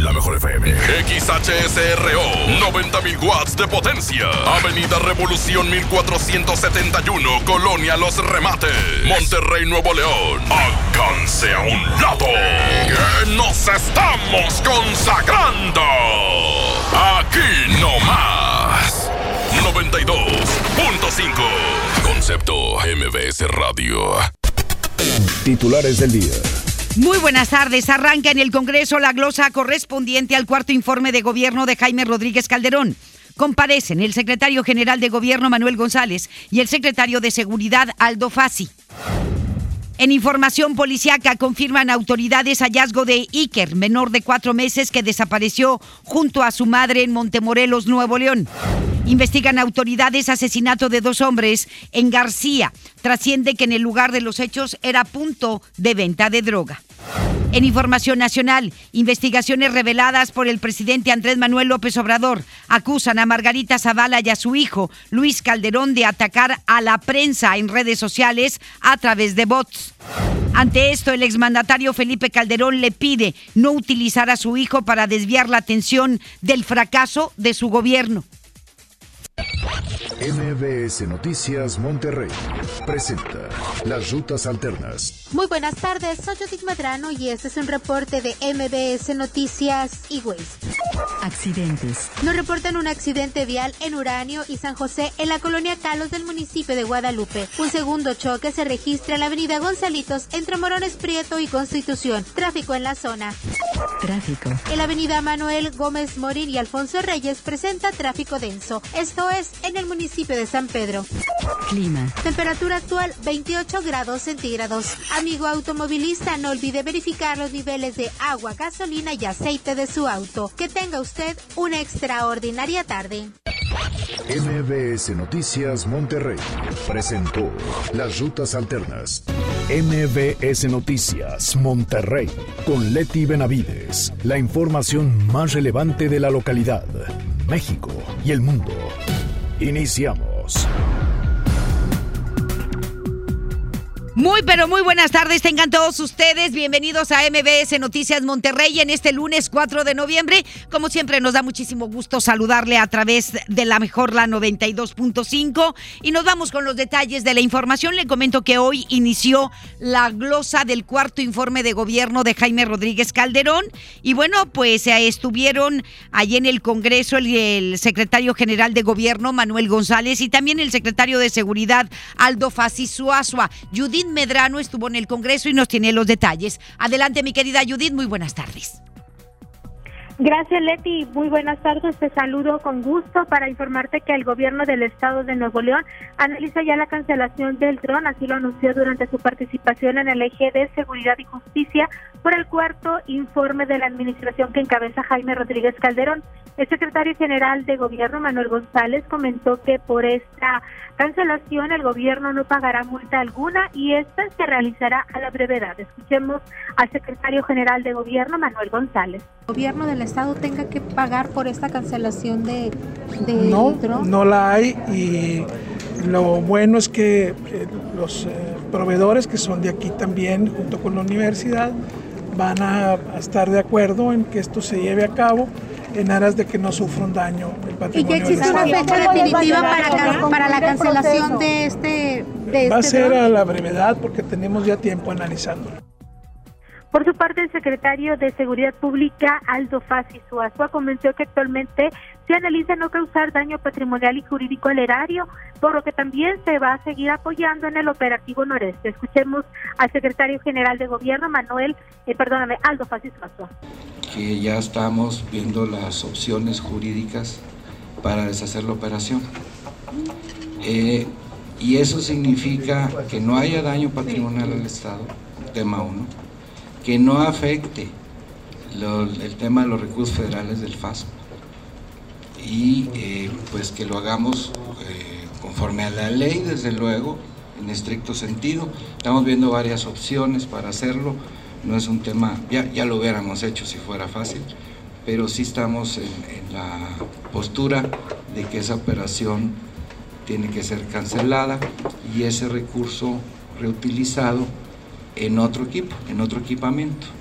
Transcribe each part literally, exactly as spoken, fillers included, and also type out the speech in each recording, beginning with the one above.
la mejor F M. X H S R O, noventa mil watts de potencia. Avenida Revolución mil cuatrocientos setenta y uno, Colonia Los Remates, Monterrey, Nuevo León. Háganse a un lado, que nos estamos consagrando. Aquí no más. noventa y dos punto cinco. Concepto M B S Radio. Titulares del día. Muy buenas tardes. Arranca en el Congreso la glosa correspondiente al cuarto informe de gobierno de Jaime Rodríguez Calderón. Comparecen el secretario general de Gobierno, Manuel González, y el secretario de Seguridad, Aldo Fassi. En información policiaca, confirman autoridades hallazgo de Iker, menor de cuatro meses que desapareció junto a su madre en Montemorelos, Nuevo León. Investigan autoridades asesinato de dos hombres en García. Trasciende que en el lugar de los hechos era punto de venta de droga. En información nacional, investigaciones reveladas por el presidente Andrés Manuel López Obrador acusan a Margarita Zavala y a su hijo Luis Calderón de atacar a la prensa en redes sociales a través de bots. Ante esto, el exmandatario Felipe Calderón le pide no utilizar a su hijo para desviar la atención del fracaso de su gobierno. M B S Noticias Monterrey presenta Las Rutas Alternas. Muy buenas tardes, soy Judith Medrano y este es un reporte de M B S Noticias E-Ways. Accidentes. Nos reportan un accidente vial en Uranio y San José en la colonia Talos del municipio de Guadalupe. Un segundo choque se registra en la avenida Gonzalitos entre Morones Prieto y Constitución. Tráfico en la zona. Tráfico. En la avenida Manuel Gómez Morín y Alfonso Reyes presenta tráfico denso. Esto es en el municipio de San Pedro. Clima. Temperatura actual veintiocho grados centígrados. Amigo automovilista, no olvide verificar los niveles de agua, gasolina y aceite de su auto. Que tenga usted una extraordinaria tarde. M B S Noticias Monterrey presentó Las Rutas Alternas. M B S Noticias Monterrey con Leti Benavides. La información más relevante de la localidad, México y el mundo. Iniciamos. Muy, pero muy buenas tardes, tengan todos ustedes, bienvenidos a M B S Noticias Monterrey en este lunes cuatro de noviembre. Como siempre nos da muchísimo gusto saludarle a través de la mejor, la noventa y dos punto cinco, y nos vamos con los detalles de la información. Le comento que hoy inició la glosa del cuarto informe de gobierno de Jaime Rodríguez Calderón, y bueno, pues estuvieron allí en el Congreso el, el secretario general de Gobierno, Manuel González, y también el secretario de Seguridad, Aldo Fassi Suazua. Judith Medrano estuvo en el Congreso y nos tiene los detalles. Adelante, mi querida Judith, muy buenas tardes. Gracias, Leti. Muy buenas tardes. Te saludo con gusto para informarte que el gobierno del estado de Nuevo León analiza ya la cancelación del dron, así lo anunció durante su participación en el eje de Seguridad y Justicia por el cuarto informe de la administración que encabeza Jaime Rodríguez Calderón. El secretario general de Gobierno, Manuel González, comentó que por esta cancelación el gobierno no pagará multa alguna y esta se realizará a la brevedad. Escuchemos al secretario general de Gobierno, Manuel González. ¿El gobierno del estado tenga que pagar por esta cancelación de, de no, dron? No la hay, y lo bueno es que eh, los eh, proveedores que son de aquí también, junto con la universidad, van a, a estar de acuerdo en que esto se lleve a cabo en aras de que no sufra un daño el patrimonio. ¿Y ya existe una fecha definitiva para, para la cancelación de este, de Va a este ser dron? a la brevedad porque tenemos ya tiempo analizándolo. Por su parte, el secretario de Seguridad Pública, Aldo Fassi Suazua, comentó que actualmente se analiza no causar daño patrimonial y jurídico al erario, por lo que también se va a seguir apoyando en el operativo Noreste. Escuchemos al secretario general de Gobierno, Manuel, eh, perdóname, Aldo Fassi Suazua. Que ya estamos viendo las opciones jurídicas para deshacer la operación. Eh, y eso significa que no haya daño patrimonial al Estado, tema uno. Que no afecte lo, el tema de los recursos federales del F A S P y eh, pues que lo hagamos eh, conforme a la ley, desde luego, en estricto sentido. Estamos viendo varias opciones para hacerlo, no es un tema, ya, ya lo hubiéramos hecho si fuera fácil, pero sí estamos en, en la postura de que esa operación tiene que ser cancelada y ese recurso reutilizado en otro equipo, en otro equipamiento.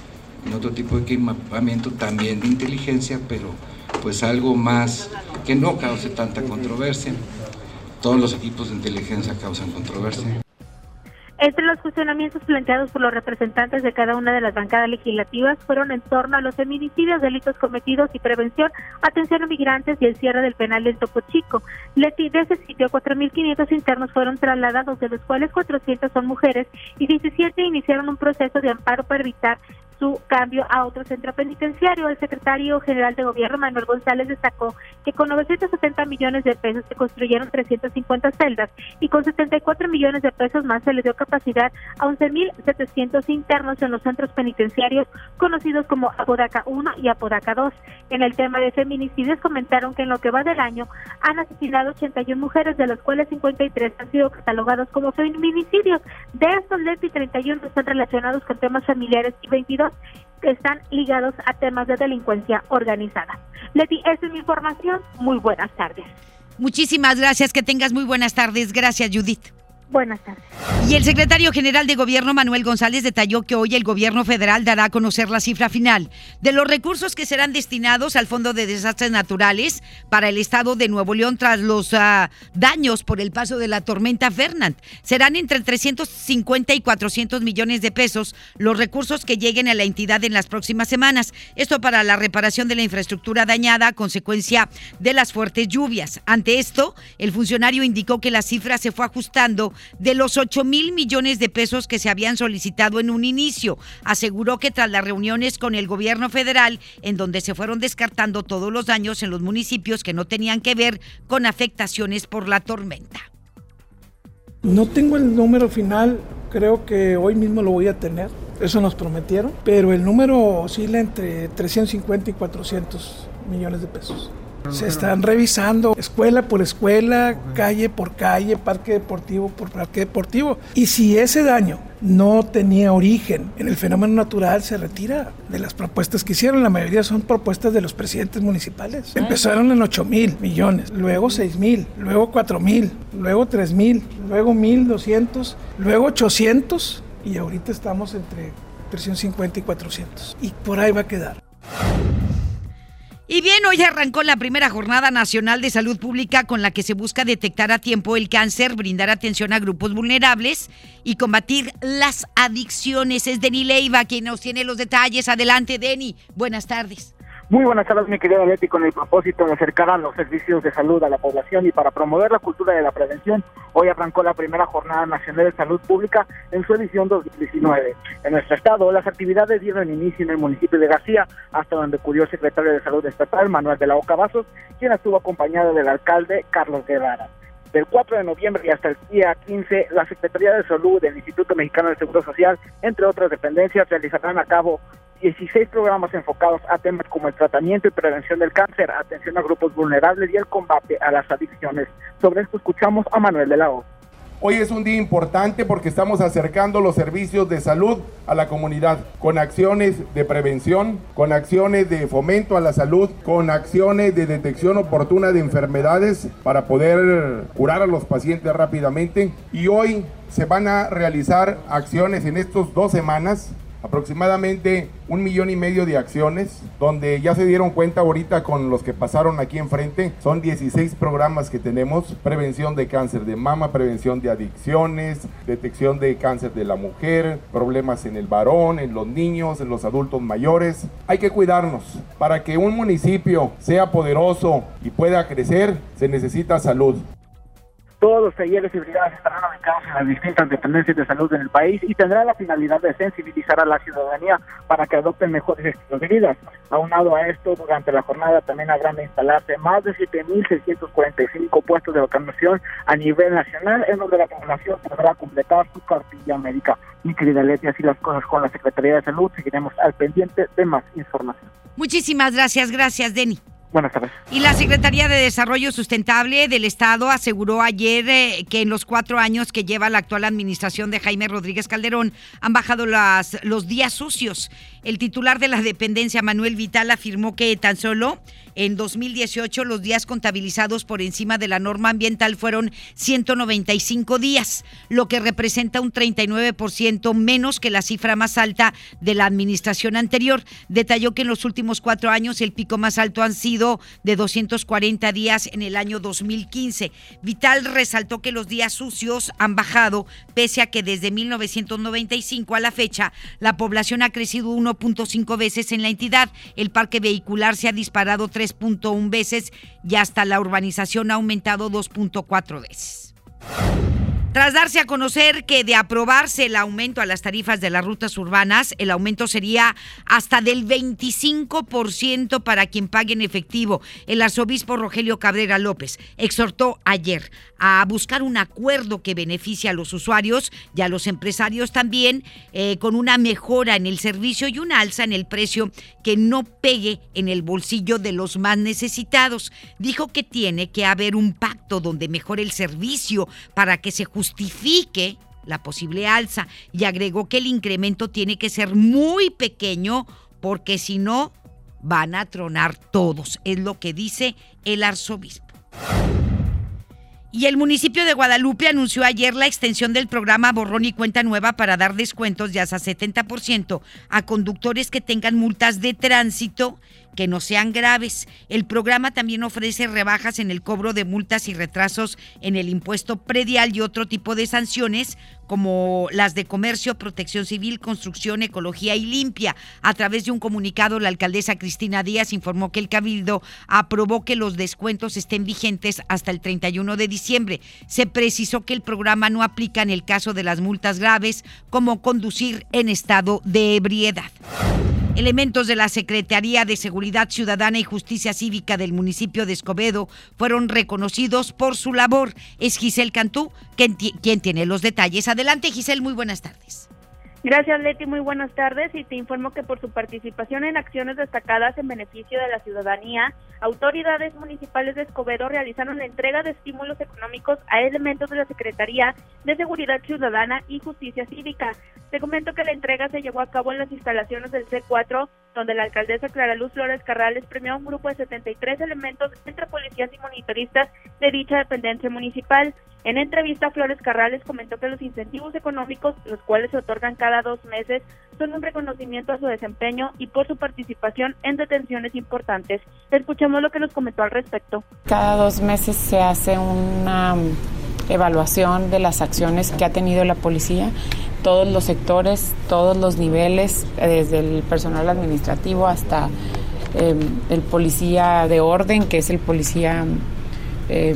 en otro tipo de equipamiento también de inteligencia, pero pues algo más que no cause tanta controversia. Todos los equipos de inteligencia causan controversia. Entre los cuestionamientos planteados por los representantes de cada una de las bancadas legislativas fueron en torno a los feminicidios, delitos cometidos y prevención, atención a migrantes y el cierre del penal del Topo Chico. Leti, de ese sitio, cuatro mil quinientos internos fueron trasladados, de los cuales cuatrocientos son mujeres y diecisiete iniciaron un proceso de amparo para evitar su cambio a otro centro penitenciario. El secretario general de Gobierno, Manuel González, destacó que con novecientos setenta millones de pesos se construyeron trescientas cincuenta celdas y con setenta y cuatro millones de pesos más se le dio capacidad a once mil setecientos internos en los centros penitenciarios conocidos como Apodaca uno y Apodaca dos. En el tema de feminicidios comentaron que en lo que va del año han asesinado ochenta y una mujeres, de las cuales cincuenta y tres han sido catalogados como feminicidios. De estos, Leti, treinta y uno están relacionados con temas familiares y veintidós que están ligados a temas de delincuencia organizada. Leti, esa es mi información. Muy buenas tardes. Muchísimas gracias, que tengas muy buenas tardes. Gracias, Judith. Buenas tardes. Y el secretario general de Gobierno, Manuel González, detalló que hoy el gobierno federal dará a conocer la cifra final de los recursos que serán destinados al Fondo de Desastres Naturales para el estado de Nuevo León tras los uh, daños por el paso de la tormenta Fernand. Serán entre trescientos cincuenta y cuatrocientos millones de pesos los recursos que lleguen a la entidad en las próximas semanas. Esto para la reparación de la infraestructura dañada a consecuencia de las fuertes lluvias. Ante esto, el funcionario indicó que la cifra se fue ajustando de los ocho mil millones de pesos que se habían solicitado en un inicio. Aseguró que tras las reuniones con el gobierno federal, en donde se fueron descartando todos los daños en los municipios que no tenían que ver con afectaciones por la tormenta. No tengo el número final, creo que hoy mismo lo voy a tener, eso nos prometieron, pero el número oscila entre trescientos cincuenta y cuatrocientos millones de pesos. Se están revisando escuela por escuela, calle por calle, parque deportivo por parque deportivo. Y si ese daño no tenía origen en el fenómeno natural, se retira de las propuestas que hicieron. La mayoría son propuestas de los presidentes municipales. Empezaron en ocho mil millones, luego seis mil, luego cuatro mil, luego tres mil, luego mil doscientos, luego ochocientos y ahorita estamos entre trescientos cincuenta y cuatrocientos. Y por ahí va a quedar. Y bien, hoy arrancó la primera Jornada Nacional de Salud Pública con la que se busca detectar a tiempo el cáncer, brindar atención a grupos vulnerables y combatir las adicciones. Es Denny Leiva quien nos tiene los detalles. Adelante, Denny. Buenas tardes. Muy buenas tardes, mi querida Leti. Con el propósito de acercar a los servicios de salud a la población y para promover la cultura de la prevención, hoy arrancó la primera Jornada Nacional de Salud Pública en su edición dos mil diecinueve. En nuestro estado, las actividades dieron inicio en el municipio de García, hasta donde acudió el secretario de Salud Estatal, Manuel de la Oca Vasos, quien estuvo acompañado del alcalde, Carlos Guevara. Del cuatro de noviembre y hasta el día quince, la Secretaría de Salud del Instituto Mexicano del Seguro Social, entre otras dependencias, realizarán a cabo dieciséis programas enfocados a temas como el tratamiento y prevención del cáncer, atención a grupos vulnerables y el combate a las adicciones. Sobre esto escuchamos a Manuel de la O. Hoy es un día importante porque estamos acercando los servicios de salud a la comunidad, con acciones de prevención, con acciones de fomento a la salud, con acciones de detección oportuna de enfermedades para poder curar a los pacientes rápidamente. Y hoy se van a realizar acciones en estas dos semanas, aproximadamente un millón y medio de acciones, donde ya se dieron cuenta ahorita con los que pasaron aquí enfrente, son dieciséis programas que tenemos: prevención de cáncer de mama, prevención de adicciones, detección de cáncer de la mujer, problemas en el varón, en los niños, en los adultos mayores. Hay que cuidarnos. Para que un municipio sea poderoso y pueda crecer, se necesita salud. Todos los talleres y brigadas estarán ubicados en las distintas dependencias de salud en el país y tendrán la finalidad de sensibilizar a la ciudadanía para que adopten mejores estilos de vida. Aunado a esto, durante la jornada también habrán de instalarse más de siete mil seiscientos cuarenta y cinco puestos de vacunación a nivel nacional, en donde la población podrá completar su cartilla médica. Mi querida Leti, así las cosas con la Secretaría de Salud. Seguiremos al pendiente de más información. Muchísimas gracias, gracias, Denny. Buenas tardes. Y la Secretaría de Desarrollo Sustentable del Estado aseguró ayer eh, que en los cuatro años que lleva la actual administración de Jaime Rodríguez Calderón han bajado las, los días sucios El titular de la dependencia, Manuel Vital, afirmó que tan solo en dos mil dieciocho los días contabilizados por encima de la norma ambiental fueron ciento noventa y cinco días, lo que representa un treinta y nueve por ciento menos que la cifra más alta de la administración anterior. Detalló que en los últimos cuatro años el pico más alto han sido de doscientos cuarenta días en el año dos mil quince. Vital resaltó que los días sucios han bajado, pese a que desde mil novecientos noventa y cinco a la fecha la población ha crecido uno punto cinco veces en la entidad. El parque vehicular se ha disparado tres punto uno veces y hasta la urbanización ha aumentado dos punto cuatro veces. Tras darse a conocer que de aprobarse el aumento a las tarifas de las rutas urbanas, el aumento sería hasta del veinticinco por ciento para quien pague en efectivo, el arzobispo Rogelio Cabrera López exhortó ayer a buscar un acuerdo que beneficie a los usuarios y a los empresarios también, eh, con una mejora en el servicio y una alza en el precio que no pegue en el bolsillo de los más necesitados. Dijo que tiene que haber un pacto donde mejore el servicio para que se justifique la posible alza, y agregó que el incremento tiene que ser muy pequeño porque si no van a tronar todos, es lo que dice el arzobispo. Y el municipio de Guadalupe anunció ayer la extensión del programa Borrón y Cuenta Nueva para dar descuentos de hasta setenta por ciento a conductores que tengan multas de tránsito que no sean graves. El programa también ofrece rebajas en el cobro de multas y retrasos en el impuesto predial y otro tipo de sanciones como las de comercio, protección civil, construcción, ecología y limpia. A través de un comunicado, la alcaldesa Cristina Díaz informó que el Cabildo aprobó que los descuentos estén vigentes hasta el treinta y uno de diciembre. Se precisó que el programa no aplica en el caso de las multas graves, como conducir en estado de ebriedad. Elementos de la Secretaría de Seguridad Ciudadana y Justicia Cívica del municipio de Escobedo fueron reconocidos por su labor. Es Giselle Cantú quien, quien tiene los detalles. Adelante, Giselle, muy buenas tardes. Gracias, Leti, muy buenas tardes, y te informo que por su participación en acciones destacadas en beneficio de la ciudadanía, autoridades municipales de Escobedo realizaron la entrega de estímulos económicos a elementos de la Secretaría de Seguridad Ciudadana y Justicia Cívica. Te comento que la entrega se llevó a cabo en las instalaciones del C cuatro, donde la alcaldesa Clara Luz Flores Carrales premió a un grupo de setenta y tres elementos entre policías y monitoristas de dicha dependencia municipal. En entrevista, Flores Carrales comentó que los incentivos económicos, los cuales se otorgan cada dos meses, son un reconocimiento a su desempeño y por su participación en detenciones importantes. Escuchemos lo que nos comentó al respecto. Cada dos meses se hace una evaluación de las acciones que ha tenido la policía, todos los sectores, todos los niveles, desde el personal administrativo hasta eh, el policía de orden, que es el policía... Eh,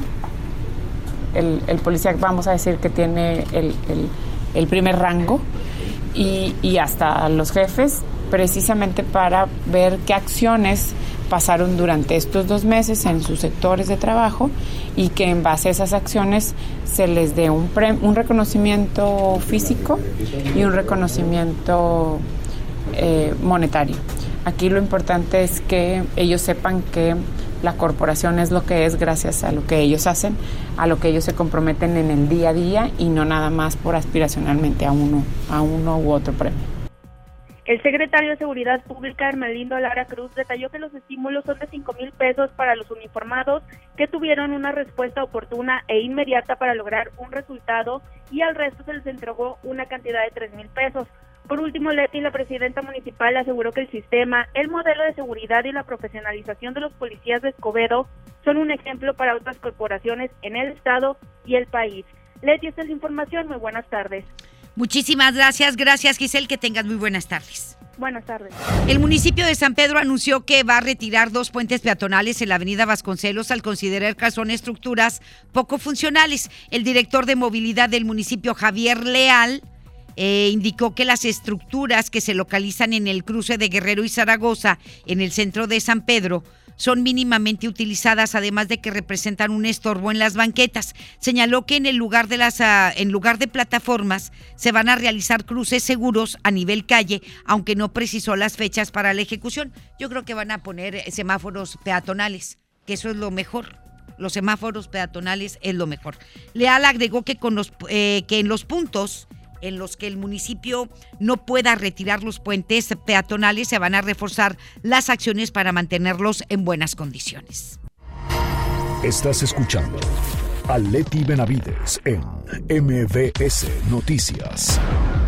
El, el policía, vamos a decir, que tiene el, el, el primer rango, y, y hasta los jefes, precisamente para ver qué acciones pasaron durante estos dos meses en sus sectores de trabajo y que en base a esas acciones se les dé un, pre, un reconocimiento físico y un reconocimiento eh, monetario. Aquí lo importante es que ellos sepan que la corporación es lo que es gracias a lo que ellos hacen, a lo que ellos se comprometen en el día a día y no nada más por aspiracionalmente a uno, a uno u otro premio. El secretario de Seguridad Pública, Hermelindo Lara Cruz, detalló que los estímulos son de cinco mil pesos para los uniformados que tuvieron una respuesta oportuna e inmediata para lograr un resultado, y al resto se les entregó una cantidad de tres mil pesos. Por último, Leti, la presidenta municipal, aseguró que el sistema, el modelo de seguridad y la profesionalización de los policías de Escobedo son un ejemplo para otras corporaciones en el estado y el país. Leti, esta es la información. Muy buenas tardes. Muchísimas gracias. Gracias, Giselle. Que tengas muy buenas tardes. Buenas tardes. El municipio de San Pedro anunció que va a retirar dos puentes peatonales en la avenida Vasconcelos al considerar que son estructuras poco funcionales. El director de movilidad del municipio, Javier Leal, Eh, indicó que las estructuras que se localizan en el cruce de Guerrero y Zaragoza, en el centro de San Pedro, son mínimamente utilizadas, además de que representan un estorbo en las banquetas. Señaló que en el lugar de las uh, en lugar de plataformas se van a realizar cruces seguros a nivel calle, aunque no precisó las fechas para la ejecución. Yo creo que van a poner semáforos peatonales, que eso es lo mejor. Los semáforos peatonales es lo mejor. Leal agregó que con los eh, que en los puntos en los que el municipio no pueda retirar los puentes peatonales, se van a reforzar las acciones para mantenerlos en buenas condiciones. Estás escuchando a Leti Benavides en M V S Noticias.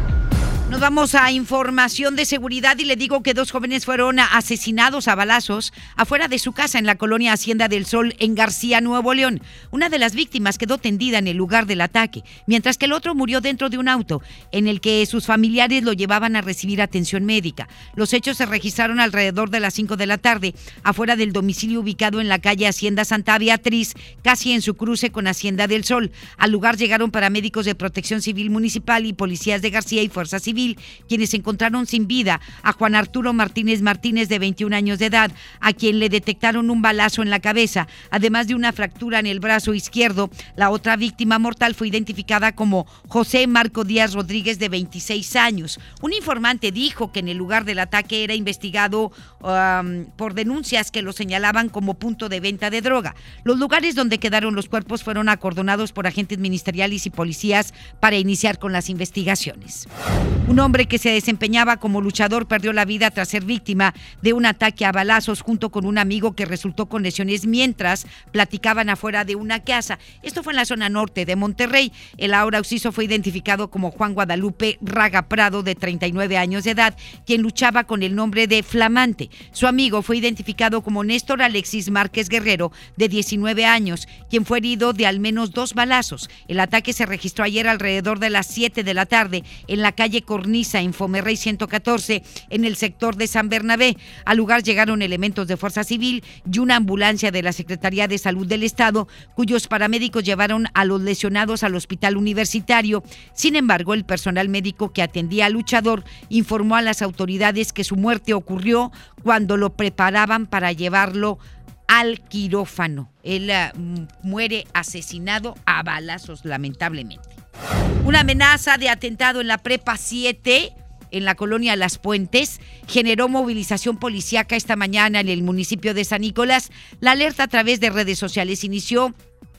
Nos vamos a información de seguridad y le digo que dos jóvenes fueron asesinados a balazos afuera de su casa en la colonia Hacienda del Sol en García, Nuevo León. Una de las víctimas quedó tendida en el lugar del ataque, mientras que el otro murió dentro de un auto en el que sus familiares lo llevaban a recibir atención médica. Los hechos se registraron alrededor de las cinco de la tarde, afuera del domicilio ubicado en la calle Hacienda Santa Beatriz, casi en su cruce con Hacienda del Sol. Al lugar llegaron paramédicos de Protección Civil Municipal y policías de García y Fuerza Civil, quienes encontraron sin vida a Juan Arturo Martínez Martínez, de veintiún años de edad, a quien le detectaron un balazo en la cabeza, además de una fractura en el brazo izquierdo. La otra víctima mortal fue identificada como José Marco Díaz Rodríguez, de veintiséis años. Un informante dijo que en el lugar del ataque era investigado um, por denuncias que lo señalaban como punto de venta de droga. Los lugares donde quedaron los cuerpos fueron acordonados por agentes ministeriales y policías para iniciar con las investigaciones. Un hombre que se desempeñaba como luchador perdió la vida tras ser víctima de un ataque a balazos junto con un amigo que resultó con lesiones mientras platicaban afuera de una casa. Esto fue en la zona norte de Monterrey. El ahora occiso fue identificado como Juan Guadalupe Raga Prado, de treinta y nueve años de edad, quien luchaba con el nombre de Flamante. Su amigo fue identificado como Néstor Alexis Márquez Guerrero, de diecinueve años, quien fue herido de al menos dos balazos. El ataque se registró ayer alrededor de las siete de la tarde en la calle Cornisa, en Fomerrey ciento catorce, en el sector de San Bernabé. Al lugar llegaron elementos de Fuerza Civil y una ambulancia de la Secretaría de Salud del Estado, cuyos paramédicos llevaron a los lesionados al hospital universitario. Sin embargo, el personal médico que atendía al luchador informó a las autoridades que su muerte ocurrió cuando lo preparaban para llevarlo al quirófano. Él uh, muere asesinado a balazos, lamentablemente. Una amenaza de atentado en la Prepa siete, en la colonia Las Puentes, generó movilización policíaca esta mañana en el municipio de San Nicolás. La alerta a través de redes sociales inició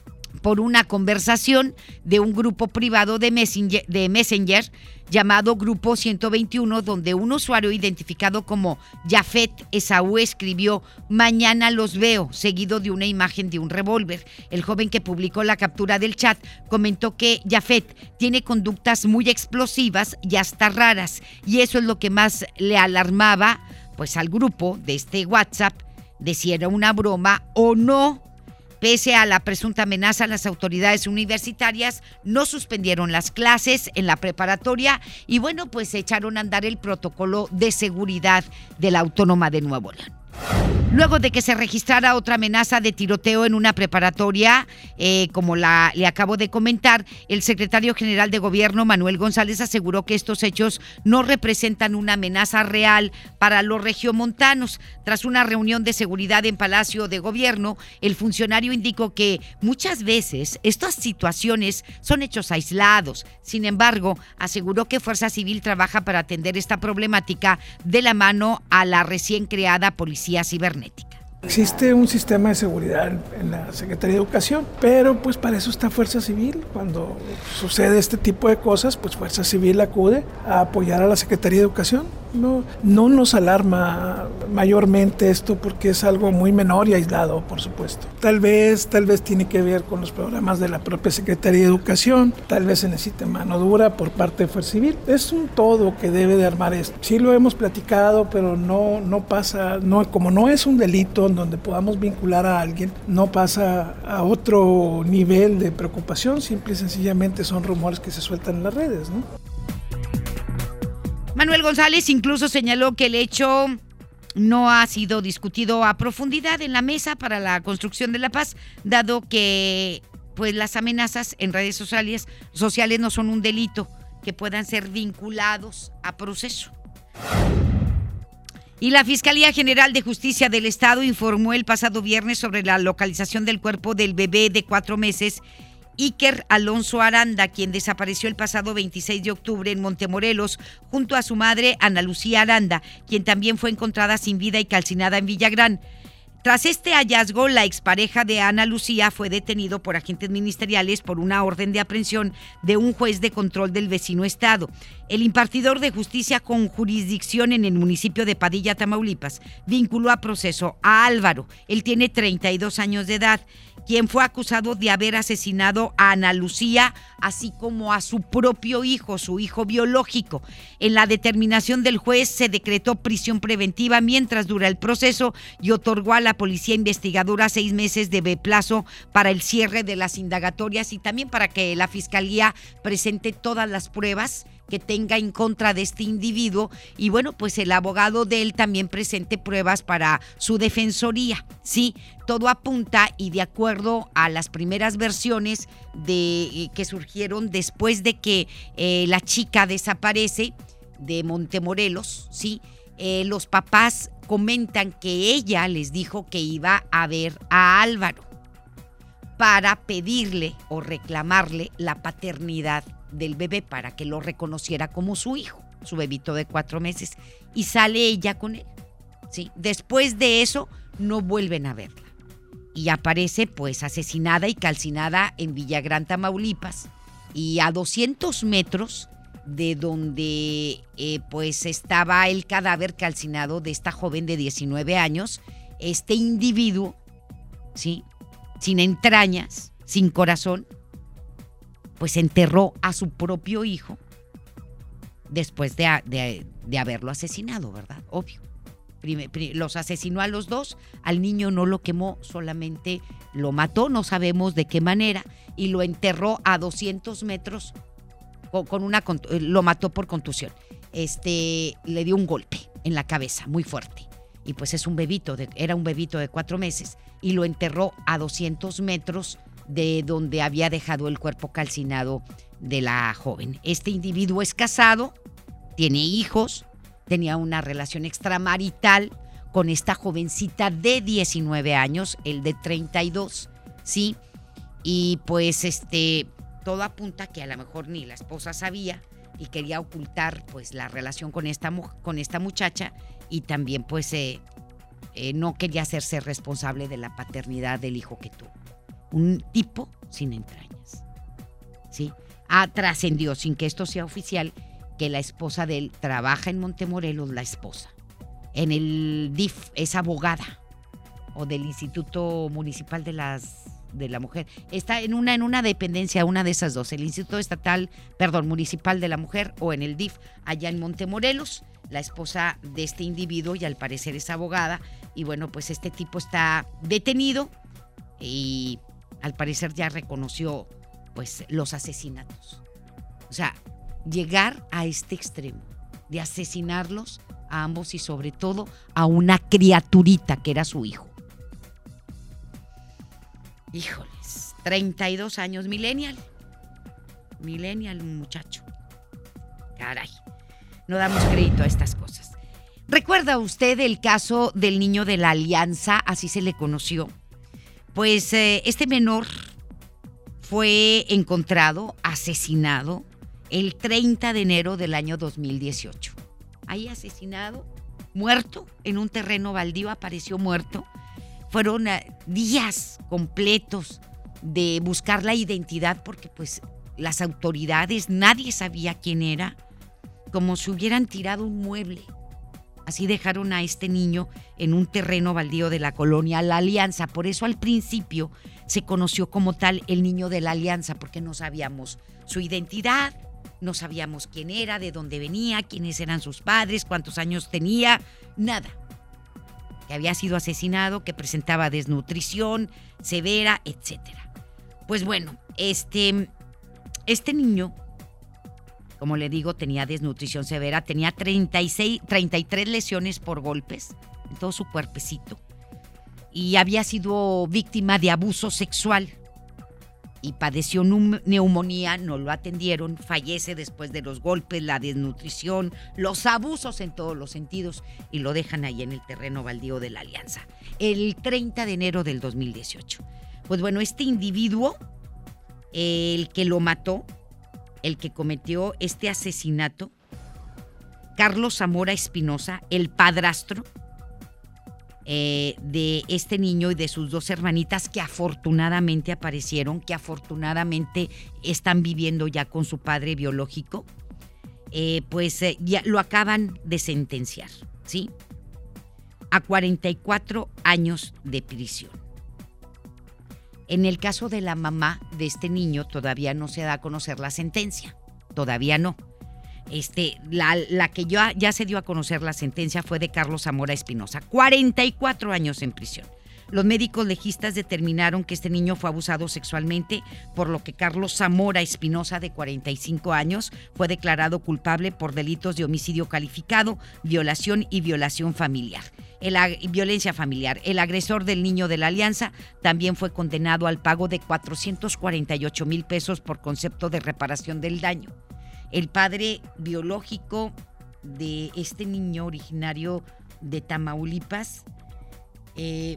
por una conversación de un grupo privado de Messenger, de Messenger llamado Grupo ciento veintiuno, donde un usuario identificado como Jafet Esaú escribió: "Mañana los veo", seguido de una imagen de un revólver. El joven que publicó la captura del chat comentó que Jafet tiene conductas muy explosivas y hasta raras, y eso es lo que más le alarmaba pues al grupo de este WhatsApp, de si era una broma o no. Pese a la presunta amenaza, las autoridades universitarias no suspendieron las clases en la preparatoria y bueno, pues echaron a andar el protocolo de seguridad de la Autónoma de Nuevo León. Luego de que se registrara otra amenaza de tiroteo en una preparatoria, eh, como la, le acabo de comentar, el secretario general de Gobierno, Manuel González, aseguró que estos hechos no representan una amenaza real para los regiomontanos. Tras una reunión de seguridad en Palacio de Gobierno, el funcionario indicó que muchas veces estas situaciones son hechos aislados. Sin embargo, aseguró que Fuerza Civil trabaja para atender esta problemática de la mano a la recién creada Policía Cibernética. Existe un sistema de seguridad en la Secretaría de Educación, pero pues para eso está Fuerza Civil. Cuando sucede este tipo de cosas, pues Fuerza Civil acude a apoyar a la Secretaría de Educación. No, no nos alarma mayormente esto porque es algo muy menor y aislado, por supuesto. Tal vez, tal vez tiene que ver con los programas de la propia Secretaría de Educación, tal vez se necesite mano dura por parte de Fuerza Civil. Es un todo que debe de armar esto. Sí lo hemos platicado, pero no, no pasa, no, como no es un delito en donde podamos vincular a alguien, no pasa a otro nivel de preocupación, simple y sencillamente son rumores que se sueltan en las redes, ¿no? Manuel González incluso señaló que el hecho no ha sido discutido a profundidad en la mesa para la construcción de la paz, dado que pues las amenazas en redes sociales, sociales no son un delito que puedan ser vinculados a proceso. Y la Fiscalía General de Justicia del Estado informó el pasado viernes sobre la localización del cuerpo del bebé de cuatro meses, Iker Alonso Aranda, quien desapareció el pasado veintiséis de octubre en Montemorelos, junto a su madre Ana Lucía Aranda, quien también fue encontrada sin vida y calcinada en Villagrán. Tras este hallazgo, la expareja de Ana Lucía fue detenido por agentes ministeriales por una orden de aprehensión de un juez de control del vecino estado. El impartidor de justicia con jurisdicción en el municipio de Padilla, Tamaulipas, vinculó a proceso a Álvaro. Él tiene treinta y dos años de edad, quien fue acusado de haber asesinado a Ana Lucía, así como a su propio hijo, su hijo biológico. En la determinación del juez se decretó prisión preventiva mientras dura el proceso y otorgó a la policía investigadora seis meses de plazo para el cierre de las indagatorias y también para que la fiscalía presente todas las pruebas que tenga en contra de este individuo y bueno, pues el abogado de él también presente pruebas para su defensoría. Sí, todo apunta y de acuerdo a las primeras versiones de que surgieron después de que eh, la chica desaparece de Montemorelos, sí, eh, los papás comentan que ella les dijo que iba a ver a Álvaro para pedirle o reclamarle la paternidad del bebé para que lo reconociera como su hijo, su bebito de cuatro meses, y sale ella con él, ¿sí? Después de eso no vuelven a verla y aparece pues asesinada y calcinada en Villagrán, Tamaulipas, y a doscientos metros de donde eh, pues estaba el cadáver calcinado de esta joven de diecinueve años, este individuo, ¿sí?, sin entrañas, sin corazón, pues enterró a su propio hijo después de, de, de haberlo asesinado, ¿verdad? Obvio. Prime, prim, los asesinó a los dos, al niño no lo quemó, solamente lo mató, no sabemos de qué manera, y lo enterró a doscientos metros con, con una, lo mató por contusión. Este, le dio un golpe en la cabeza muy fuerte. Y pues es un bebito, de, era un bebito de cuatro meses, y lo enterró a doscientos metros de donde había dejado el cuerpo calcinado de la joven. Este individuo es casado, tiene hijos, tenía una relación extramarital con esta jovencita de diecinueve años, el de treinta y dos, ¿sí? Y pues este, todo apunta que a lo mejor ni la esposa sabía y quería ocultar pues la relación con esta, con esta muchacha y también pues eh, eh, no quería hacerse responsable de la paternidad del hijo que tuvo. Un tipo sin entrañas, ¿sí? Ah, trascendió, sin que esto sea oficial, que la esposa de él trabaja en Montemorelos, la esposa. En el D I F es abogada, o del Instituto Municipal de las de la Mujer. Está en una, en una dependencia, una de esas dos, el Instituto Estatal, perdón, Municipal de la Mujer, o en el D I F, allá en Montemorelos, la esposa de este individuo, y al parecer es abogada, y bueno, pues este tipo está detenido, y al parecer ya reconoció pues los asesinatos. O sea, llegar a este extremo de asesinarlos a ambos y sobre todo a una criaturita que era su hijo. Híjoles, treinta y dos años, millennial. Millennial, un muchacho. Caray, no damos crédito a estas cosas. ¿Recuerda usted el caso del niño de la Alianza? Así se le conoció. Pues eh, este menor fue encontrado, asesinado, el treinta de enero del año dos mil dieciocho. Ahí asesinado, muerto, en un terreno baldío, apareció muerto. Fueron uh, días completos de buscar la identidad porque pues las autoridades, nadie sabía quién era, como si hubieran tirado un mueble. Así dejaron a este niño en un terreno baldío de la colonia La Alianza. Por eso al principio se conoció como tal el niño de la Alianza, porque no sabíamos su identidad, no sabíamos quién era, de dónde venía, quiénes eran sus padres, cuántos años tenía, nada. Que había sido asesinado, que presentaba desnutrición severa, etcétera. Pues bueno, este, este niño, como le digo, tenía desnutrición severa, tenía treinta y seis, treinta y tres lesiones por golpes en todo su cuerpecito y había sido víctima de abuso sexual y padeció neumonía, no lo atendieron, fallece después de los golpes, la desnutrición, los abusos en todos los sentidos y lo dejan ahí en el terreno baldío de la Alianza, el treinta de enero del dos mil dieciocho. Pues bueno, este individuo, el que lo mató, el que cometió este asesinato, Carlos Zamora Espinosa, el padrastro, eh, de este niño y de sus dos hermanitas que afortunadamente aparecieron, que afortunadamente están viviendo ya con su padre biológico, eh, pues eh, ya lo acaban de sentenciar, ¿sí? A cuarenta y cuatro años de prisión. En el caso de la mamá de este niño todavía no se da a conocer la sentencia, todavía no. Este, la, la que ya, ya se dio a conocer la sentencia fue de Carlos Zamora Espinosa, cuarenta y cuatro años en prisión. Los médicos legistas determinaron que este niño fue abusado sexualmente, por lo que Carlos Zamora Espinosa, de cuarenta y cinco años, fue declarado culpable por delitos de homicidio calificado, violación y violación familiar. El, violencia familiar. El agresor del niño de la Alianza también fue condenado al pago de cuatrocientos cuarenta y ocho mil pesos por concepto de reparación del daño. El padre biológico de este niño, originario de Tamaulipas, eh,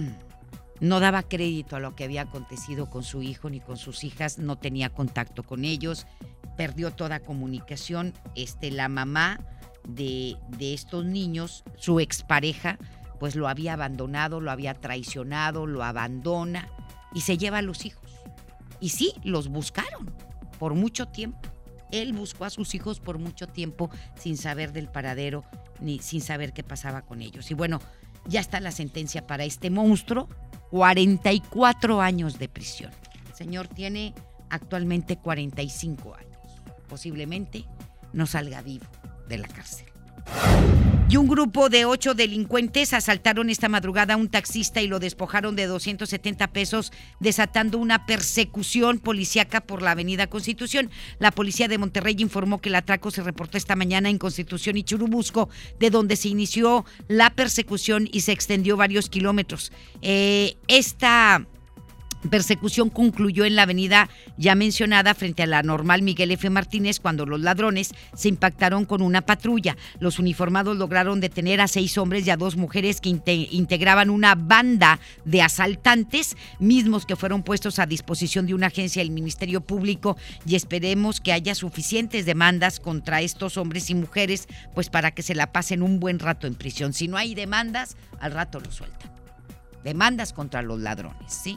no daba crédito a lo que había acontecido con su hijo ni con sus hijas, no tenía contacto con ellos, perdió toda comunicación. Este, la mamá de, de estos niños, su expareja, pues lo había abandonado, lo había traicionado, lo abandona y se lleva a los hijos. Y sí, los buscaron por mucho tiempo. Él buscó a sus hijos por mucho tiempo sin saber del paradero ni sin saber qué pasaba con ellos. Y bueno, ya está la sentencia para este monstruo, cuarenta y cuatro años de prisión. El señor tiene actualmente cuarenta y cinco años. Posiblemente no salga vivo de la cárcel. Y un grupo de ocho delincuentes asaltaron esta madrugada a un taxista y lo despojaron de doscientos setenta pesos, desatando una persecución policíaca por la avenida Constitución. La policía de Monterrey informó que el atraco se reportó esta mañana en Constitución y Churubusco, de donde se inició la persecución y se extendió varios kilómetros. Eh, esta persecución concluyó en la avenida ya mencionada frente a la Normal Miguel F. Martínez, cuando los ladrones se impactaron con una patrulla. Los uniformados lograron detener a seis hombres y a dos mujeres que inte- integraban una banda de asaltantes, mismos que fueron puestos a disposición de una agencia del Ministerio Público, y esperemos que haya suficientes demandas contra estos hombres y mujeres, pues para que se la pasen un buen rato en prisión. Si no hay demandas, al rato lo sueltan. Demandas contra los ladrones, ¿sí?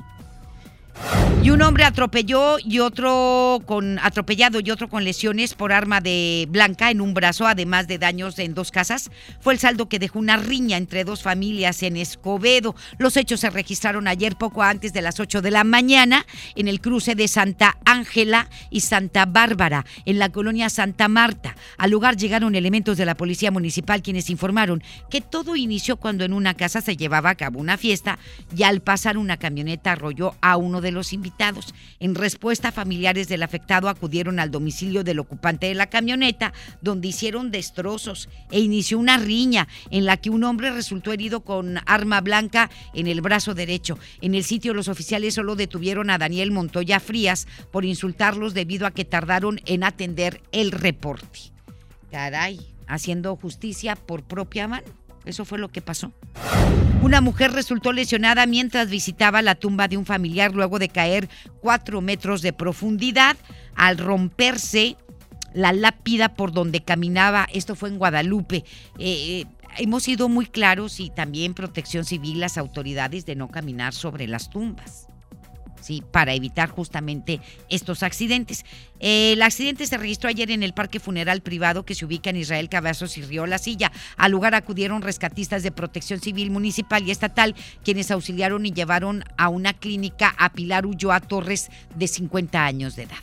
Y un hombre atropelló y otro con atropellado y otro con lesiones por arma de blanca en un brazo, además de daños en dos casas. Fue el saldo que dejó una riña entre dos familias en Escobedo. Los hechos se registraron ayer poco antes de las ocho de la mañana en el cruce de Santa Ángela y Santa Bárbara, en la colonia Santa Marta. Al lugar llegaron elementos de la policía municipal, quienes informaron que todo inició cuando en una casa se llevaba a cabo una fiesta y al pasar una camioneta arrolló a uno de los invitados. En respuesta, familiares del afectado acudieron al domicilio del ocupante de la camioneta, donde hicieron destrozos e inició una riña en la que un hombre resultó herido con arma blanca en el brazo derecho. En el sitio, los oficiales solo detuvieron a Daniel Montoya Frías por insultarlos debido a que tardaron en atender el reporte. Caray, haciendo justicia por propia mano. Eso fue lo que pasó. Una mujer resultó lesionada mientras visitaba la tumba de un familiar luego de caer cuatro metros de profundidad al romperse la lápida por donde caminaba. Esto fue en Guadalupe. Eh, eh, hemos sido muy claros, y también Protección Civil, las autoridades, de no caminar sobre las tumbas, sí, para evitar justamente estos accidentes. Eh, el accidente se registró ayer en el parque funeral privado que se ubica en Israel Cavazos y Río La Silla. Al lugar acudieron rescatistas de Protección Civil municipal y estatal, quienes auxiliaron y llevaron a una clínica a Pilar Ulloa Torres, de cincuenta años de edad.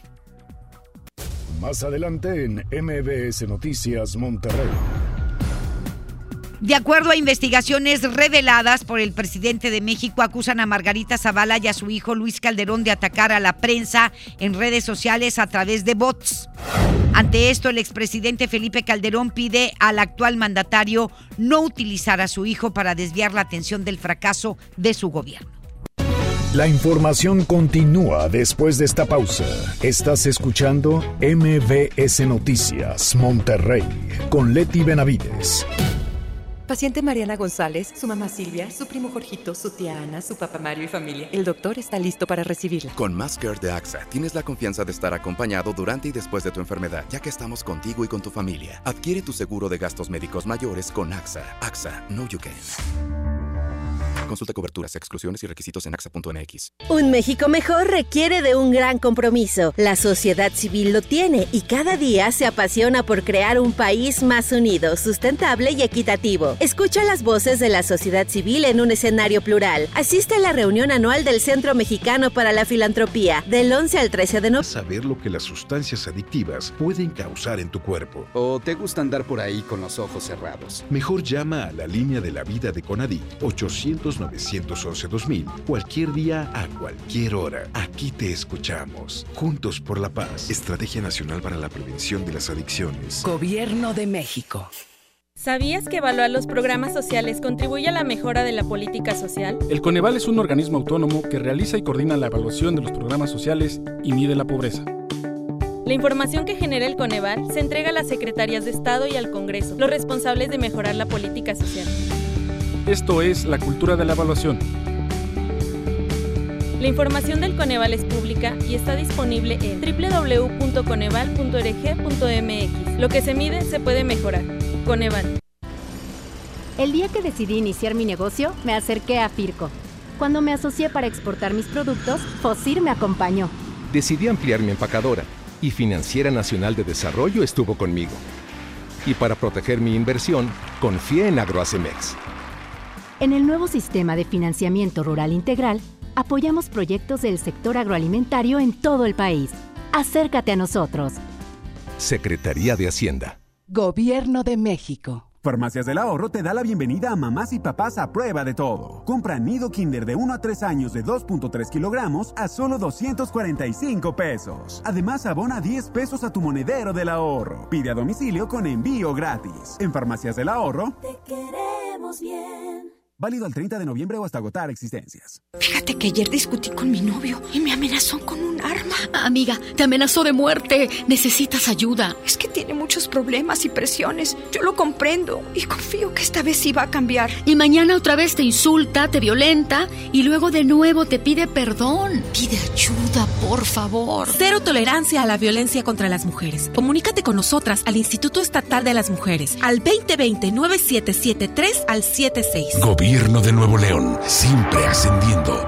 Más adelante en M B S Noticias Monterrey. De acuerdo a investigaciones reveladas por el presidente de México, acusan a Margarita Zavala y a su hijo Luis Calderón de atacar a la prensa en redes sociales a través de bots. Ante esto, el expresidente Felipe Calderón pide al actual mandatario no utilizar a su hijo para desviar la atención del fracaso de su gobierno. La información continúa después de esta pausa. Estás escuchando M B S Noticias Monterrey con Leti Benavides. Paciente Mariana González, su mamá Silvia, su primo Jorgito, su tía Ana, su papá Mario y familia. El doctor está listo para recibirla. Con Más Care de AXA, tienes la confianza de estar acompañado durante y después de tu enfermedad, ya que estamos contigo y con tu familia. Adquiere tu seguro de gastos médicos mayores con AXA. AXA, Know You Can. Consulta coberturas, exclusiones y requisitos en axa punto m x. Un México mejor requiere de un gran compromiso. La sociedad civil lo tiene y cada día se apasiona por crear un país más unido, sustentable y equitativo. Escucha las voces de la sociedad civil en un escenario plural. Asiste a la reunión anual del Centro Mexicano para la Filantropía, del once al trece de noviembre. Saber lo que las sustancias adictivas pueden causar en tu cuerpo. ¿O te gusta andar por ahí con los ojos cerrados? Mejor llama a la línea de la vida de CONADIC, ochocientos, novecientos once, dos mil, cualquier día, a cualquier hora. Aquí te escuchamos. Juntos por la paz. Estrategia Nacional para la Prevención de las Adicciones. Gobierno de México. ¿Sabías que evaluar los programas sociales contribuye a la mejora de la política social? El Coneval es un organismo autónomo que realiza y coordina la evaluación de los programas sociales y mide la pobreza. La información que genera el Coneval se entrega a las secretarías de Estado y al Congreso, los responsables de mejorar la política social. Esto es la cultura de la evaluación. La información del Coneval es pública y está disponible en doble u doble u doble u punto coneval punto org punto m x. Lo que se mide se puede mejorar. Coneval. El día que decidí iniciar mi negocio, me acerqué a Firco. Cuando me asocié para exportar mis productos, Fosir me acompañó. Decidí ampliar mi empacadora y Financiera Nacional de Desarrollo estuvo conmigo. Y para proteger mi inversión, confié en Agroacemex. En el nuevo sistema de financiamiento rural integral, apoyamos proyectos del sector agroalimentario en todo el país. Acércate a nosotros. Secretaría de Hacienda. Gobierno de México. Farmacias del Ahorro te da la bienvenida a mamás y papás a prueba de todo. Compra Nido Kinder de uno a tres años de dos punto tres kilogramos a solo doscientos cuarenta y cinco pesos. Además, abona diez pesos a tu monedero del ahorro. Pide a domicilio con envío gratis. En Farmacias del Ahorro, te queremos bien. Válido al treinta de noviembre o hasta agotar existencias. Fíjate que ayer discutí con mi novio y me amenazó con un arma. Amiga, te amenazó de muerte. Necesitas ayuda. Es que tiene muchos problemas y presiones. Yo lo comprendo y confío que esta vez sí va a cambiar. Y mañana otra vez te insulta, te violenta y luego de nuevo te pide perdón. Pide ayuda, por favor. Cero tolerancia a la violencia contra las mujeres. Comunícate con nosotras al Instituto Estatal de las Mujeres al veinte veinte, nueve siete siete tres al setenta y seis. Gobierno de Nuevo León, siempre ascendiendo.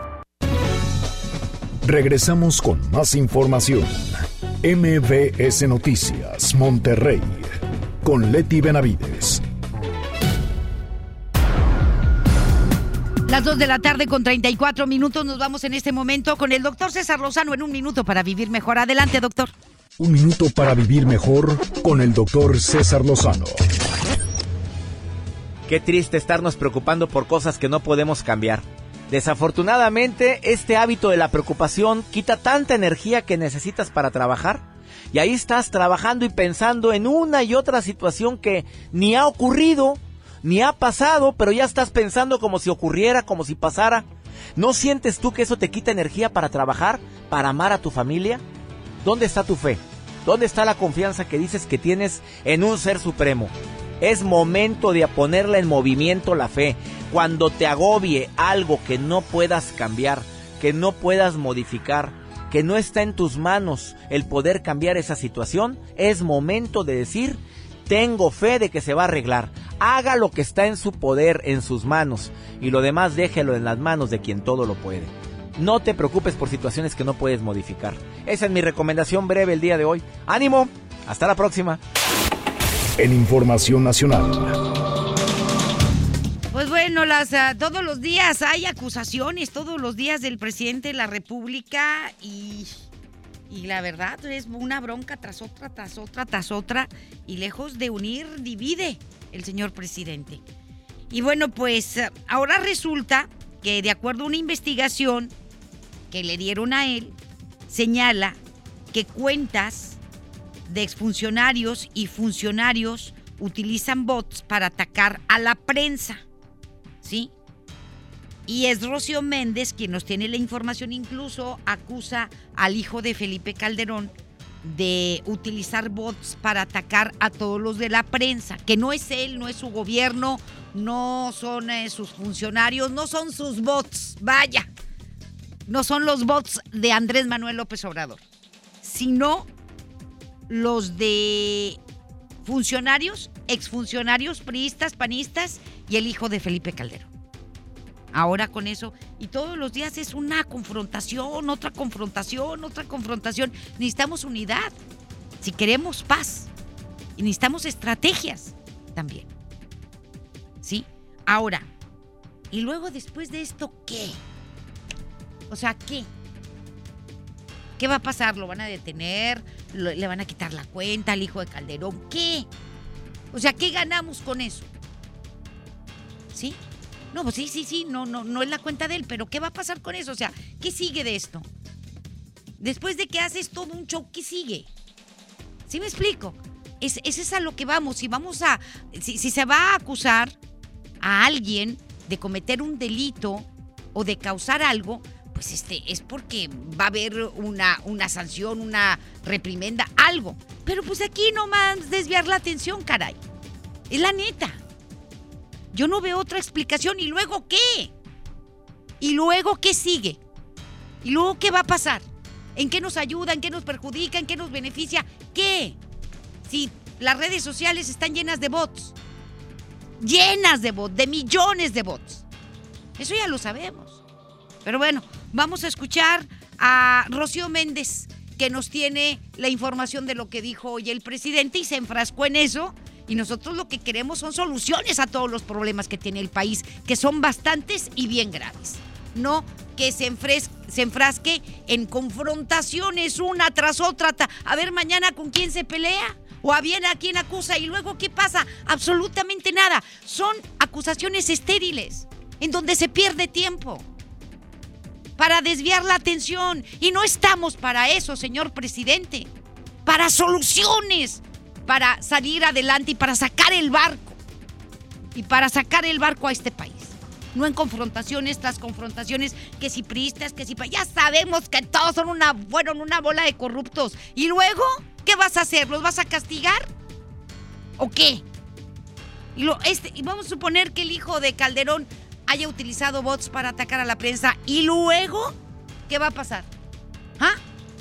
Regresamos con más información. M V S Noticias, Monterrey, con Leti Benavides. Las dos de la tarde con treinta y cuatro minutos. Nos vamos en este momento con el doctor César Lozano en un minuto para vivir mejor. Adelante, doctor. Un minuto para vivir mejor con el doctor César Lozano. Qué triste estarnos preocupando por cosas que no podemos cambiar. Desafortunadamente, este hábito de la preocupación quita tanta energía que necesitas para trabajar. Y ahí estás trabajando y pensando en una y otra situación que ni ha ocurrido, ni ha pasado, pero ya estás pensando como si ocurriera, como si pasara. ¿No sientes tú que eso te quita energía para trabajar, para amar a tu familia? ¿Dónde está tu fe? ¿Dónde está la confianza que dices que tienes en un ser supremo? Es momento de ponerla en movimiento la fe. Cuando te agobie algo que no puedas cambiar, que no puedas modificar, que no está en tus manos el poder cambiar esa situación, es momento de decir, tengo fe de que se va a arreglar. Haga lo que está en su poder, en sus manos, y lo demás déjelo en las manos de quien todo lo puede. No te preocupes por situaciones que no puedes modificar. Esa es mi recomendación breve el día de hoy. ¡Ánimo! ¡Hasta la próxima! En Información Nacional. Pues bueno, las, uh, todos los días hay acusaciones, todos los días del presidente de la República y, y la verdad es una bronca tras otra, tras otra, tras otra y lejos de unir, divide el señor presidente. Y bueno, pues uh, ahora resulta que de acuerdo a una investigación que le dieron a él, señala que cuentas de exfuncionarios y funcionarios utilizan bots para atacar a la prensa, ¿sí? Y es Rocío Méndez quien nos tiene la información, incluso acusa al hijo de Felipe Calderón de utilizar bots para atacar a todos los de la prensa, que no es él, no es su gobierno, no son eh, sus funcionarios, no son sus bots, vaya, no son los bots de Andrés Manuel López Obrador, sino los de funcionarios, exfuncionarios, priistas, panistas y el hijo de Felipe Calderón. ahora con eso, y todos los días es una confrontación, otra confrontación, otra confrontación. Necesitamos unidad, si queremos paz, y necesitamos estrategias también, ¿sí? Ahora, y luego después de esto, ¿qué? O sea, ¿qué? ¿Qué va a pasar? ¿Lo van a detener? ¿Le van a quitar la cuenta al hijo de Calderón? ¿Qué? O sea, ¿qué ganamos con eso? ¿Sí? No, pues sí, sí, sí, no, no, no es la cuenta de él, pero ¿qué va a pasar con eso? O sea, ¿qué sigue de esto? Después de que haces todo un show, ¿qué sigue? ¿Sí me explico? Es, es, es a lo que vamos. Si vamos a, si, si se va a acusar a alguien de cometer un delito o de causar algo, pues este, es porque va a haber una, una sanción, una reprimenda, algo. Pero pues aquí nomás desviar la atención, caray. Es la neta. Yo no veo otra explicación. ¿Y luego qué? ¿Y luego qué sigue? ¿Y luego qué va a pasar? ¿En qué nos ayuda? ¿En qué nos perjudica? ¿En qué nos beneficia? ¿Qué? Si las redes sociales están llenas de bots. Llenas de bots, de millones de bots. Eso ya lo sabemos. Pero bueno, vamos a escuchar a Rocío Méndez, que nos tiene la información de lo que dijo hoy el presidente y se enfrascó en eso. Y nosotros lo que queremos son soluciones a todos los problemas que tiene el país, que son bastantes y bien graves. No que se, enfres- se enfrasque en confrontaciones una tras otra. A ver mañana con quién se pelea o a bien a quién acusa y luego qué pasa. Absolutamente nada. Son acusaciones estériles en donde se pierde tiempo para desviar la atención. Y no estamos para eso, señor presidente. Para soluciones, para salir adelante y para sacar el barco. Y para sacar el barco a este país. No en confrontaciones tras confrontaciones, que si priistas, que si... Ya sabemos que todos son una, fueron una bola de corruptos. ¿Y luego qué vas a hacer? ¿Los vas a castigar? ¿O qué? Y, lo, este, y vamos a suponer que el hijo de Calderón haya utilizado bots para atacar a la prensa. ¿Y luego qué va a pasar? ¿Ah?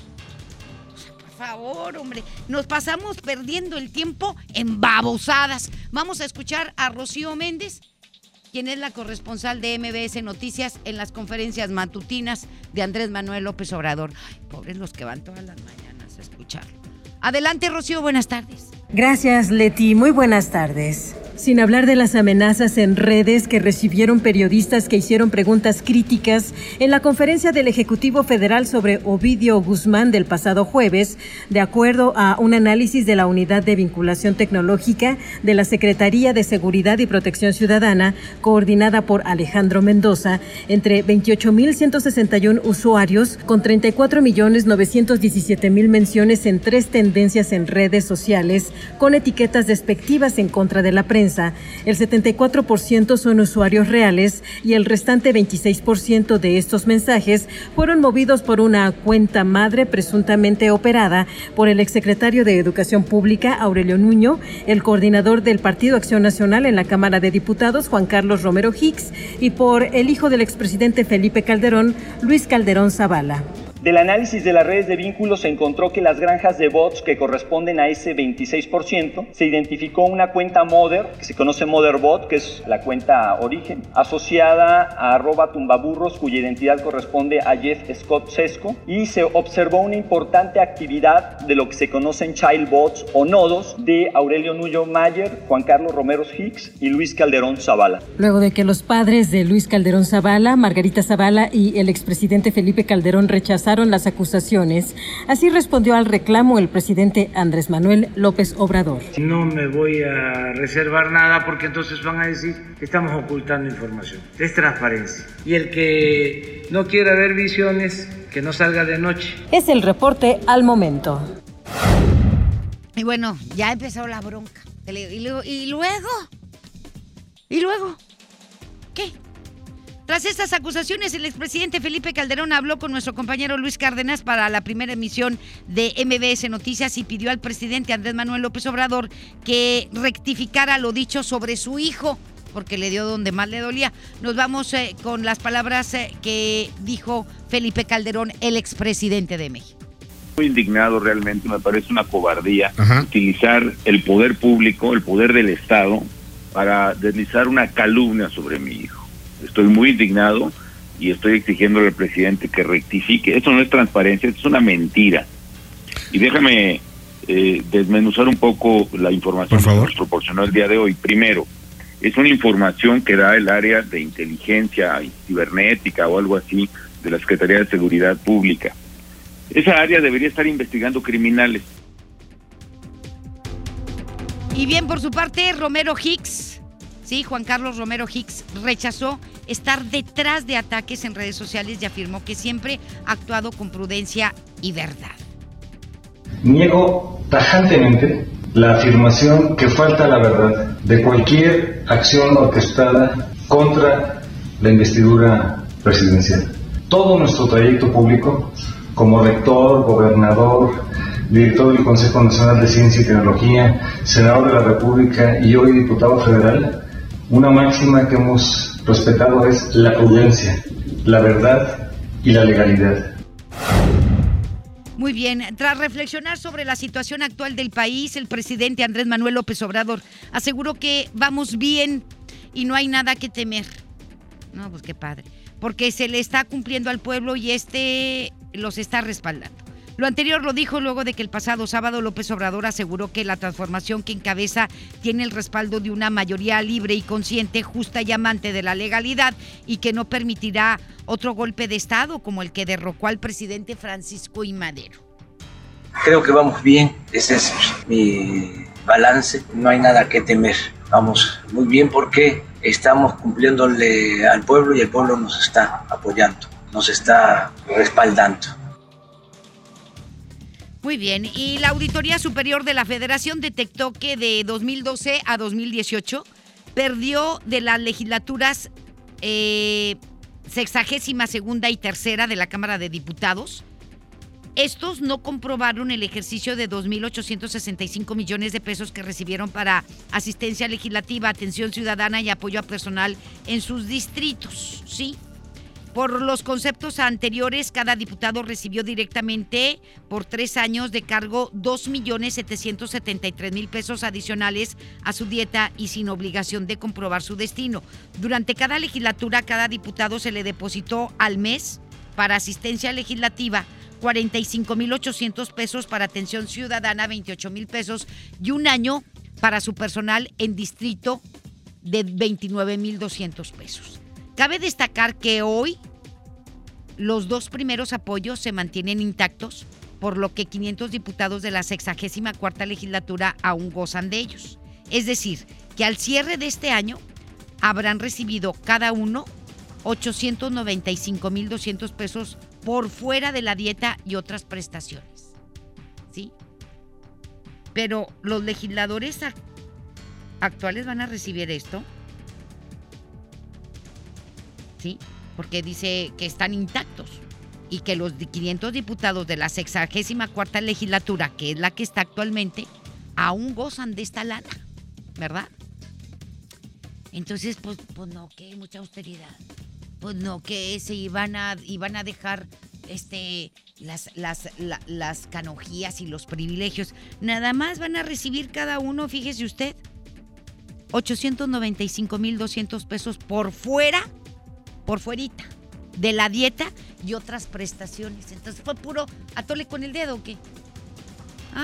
Por favor, hombre, nos pasamos perdiendo el tiempo en babosadas. Vamos a escuchar a Rocío Méndez, quien es la corresponsal de M B S Noticias en las conferencias matutinas de Andrés Manuel López Obrador. Ay, pobres los que van todas las mañanas a escucharlo. Adelante, Rocío, buenas tardes. Gracias, Leti. Muy buenas tardes. Sin hablar de las amenazas en redes que recibieron periodistas que hicieron preguntas críticas en la conferencia del Ejecutivo Federal sobre Ovidio Guzmán del pasado jueves, de acuerdo a un análisis de la Unidad de Vinculación Tecnológica de la Secretaría de Seguridad y Protección Ciudadana, coordinada por Alejandro Mendoza, entre veintiocho mil ciento sesenta y uno usuarios con treinta y cuatro millones novecientos diecisiete mil menciones en tres tendencias en redes sociales con etiquetas despectivas en contra de la prensa. El setenta y cuatro por ciento son usuarios reales y el restante veintiséis por ciento de estos mensajes fueron movidos por una cuenta madre presuntamente operada por el exsecretario de Educación Pública, Aurelio Nuño, el coordinador del Partido Acción Nacional en la Cámara de Diputados, Juan Carlos Romero Hicks, y por el hijo del expresidente Felipe Calderón, Luis Calderón Zavala. Del análisis de las redes de vínculos se encontró que las granjas de bots que corresponden a ese veintiséis por ciento, se identificó una cuenta Mother, que se conoce Motherbot, que es la cuenta origen, asociada a arroba tumbaburros, cuya identidad corresponde a Jeff Scott Sesco, y se observó una importante actividad de lo que se conocen child bots o nodos de Aurelio Nuño Mayer, Juan Carlos Romero Hicks y Luis Calderón Zavala. Luego de que los padres de Luis Calderón Zavala, Margarita Zavala y el expresidente Felipe Calderón rechazaron las acusaciones, así respondió al reclamo el presidente Andrés Manuel López Obrador. No me voy a reservar nada porque entonces van a decir que estamos ocultando información. Es transparencia. Y el que no quiera ver visiones, que no salga de noche. Es el reporte al momento. Y bueno, ya empezó la bronca. Y luego, y luego, y luego, ¿qué? Tras estas acusaciones, el expresidente Felipe Calderón habló con nuestro compañero Luis Cárdenas para la primera emisión de M B S Noticias y pidió al presidente Andrés Manuel López Obrador que rectificara lo dicho sobre su hijo, porque le dio donde más le dolía. Nos vamos eh, con las palabras eh, que dijo Felipe Calderón, el expresidente de México. Muy indignado realmente, me parece una cobardía. Ajá. Utilizar el poder público, el poder del Estado, para deslizar una calumnia sobre mi hijo. estoy muy indignado y estoy exigiéndole al presidente que rectifique. Eso no es transparencia, es una mentira. Y déjame eh, desmenuzar un poco la información que nos proporcionó el día de hoy. Primero, es una información que da el área de inteligencia cibernética o algo así de la Secretaría de Seguridad Pública. Esa área debería estar investigando criminales. Y bien, por su parte, Romero Hicks, sí, Juan Carlos Romero Hicks, rechazó estar detrás de ataques en redes sociales y afirmó que siempre ha actuado con prudencia y verdad. Niego tajantemente la afirmación que falta la verdad de cualquier acción orquestada contra la investidura presidencial. Todo nuestro trayecto público, como rector, gobernador, director del Consejo Nacional de Ciencia y Tecnología, senador de la República y hoy diputado federal, una máxima que hemos respetado es la prudencia, la verdad y la legalidad. Muy bien, tras reflexionar sobre la situación actual del país, el presidente Andrés Manuel López Obrador aseguró que vamos bien y no hay nada que temer. No, pues qué padre, porque se le está cumpliendo al pueblo y este los está respaldando. Lo anterior lo dijo luego de que el pasado sábado López Obrador aseguró que la transformación que encabeza tiene el respaldo de una mayoría libre y consciente, justa y amante de la legalidad y que no permitirá otro golpe de Estado como el que derrocó al presidente Francisco I. Madero. Creo que vamos bien, ese es mi balance, no hay nada que temer. Vamos muy bien porque estamos cumpliéndole al pueblo y el pueblo nos está apoyando, nos está respaldando. Muy bien, y la Auditoría Superior de la Federación detectó que de dos mil doce a dos mil dieciocho perdió de las legislaturas eh, sexagésima segunda y tercera de la Cámara de Diputados. Estos no comprobaron el ejercicio de dos mil ochocientos sesenta y cinco millones de pesos que recibieron para asistencia legislativa, atención ciudadana y apoyo a personal en sus distritos, ¿sí? Por los conceptos anteriores, cada diputado recibió directamente por tres años de cargo dos millones setecientos setenta y tres mil pesos adicionales a su dieta y sin obligación de comprobar su destino. Durante cada legislatura, cada diputado se le depositó al mes para asistencia legislativa cuarenta y cinco mil ochocientos pesos, para atención ciudadana veintiocho mil pesos y un año para su personal en distrito de veintinueve mil doscientos pesos. Cabe destacar que hoy los dos primeros apoyos se mantienen intactos, por lo que quinientos diputados de la sexagésima cuarta legislatura aún gozan de ellos. Es decir, que al cierre de este año habrán recibido cada uno ochocientos noventa y cinco mil doscientos pesos por fuera de la dieta y otras prestaciones. ¿Sí? Pero los legisladores actuales van a recibir esto. ¿Sí? Porque dice que están intactos y que los quinientos diputados de la sexagésima cuarta legislatura, que es la que está actualmente, aún gozan de esta lana, ¿verdad? Entonces, pues, pues no, que mucha austeridad. Pues no, que se iban a, iban a dejar este, las, las, la, las canojías y los privilegios. Nada más van a recibir cada uno, fíjese usted, ochocientos noventa y cinco mil doscientos pesos por fuera, por fuerita, de la dieta y otras prestaciones. Entonces fue puro atole con el dedo, ¿o qué? ¿Ah?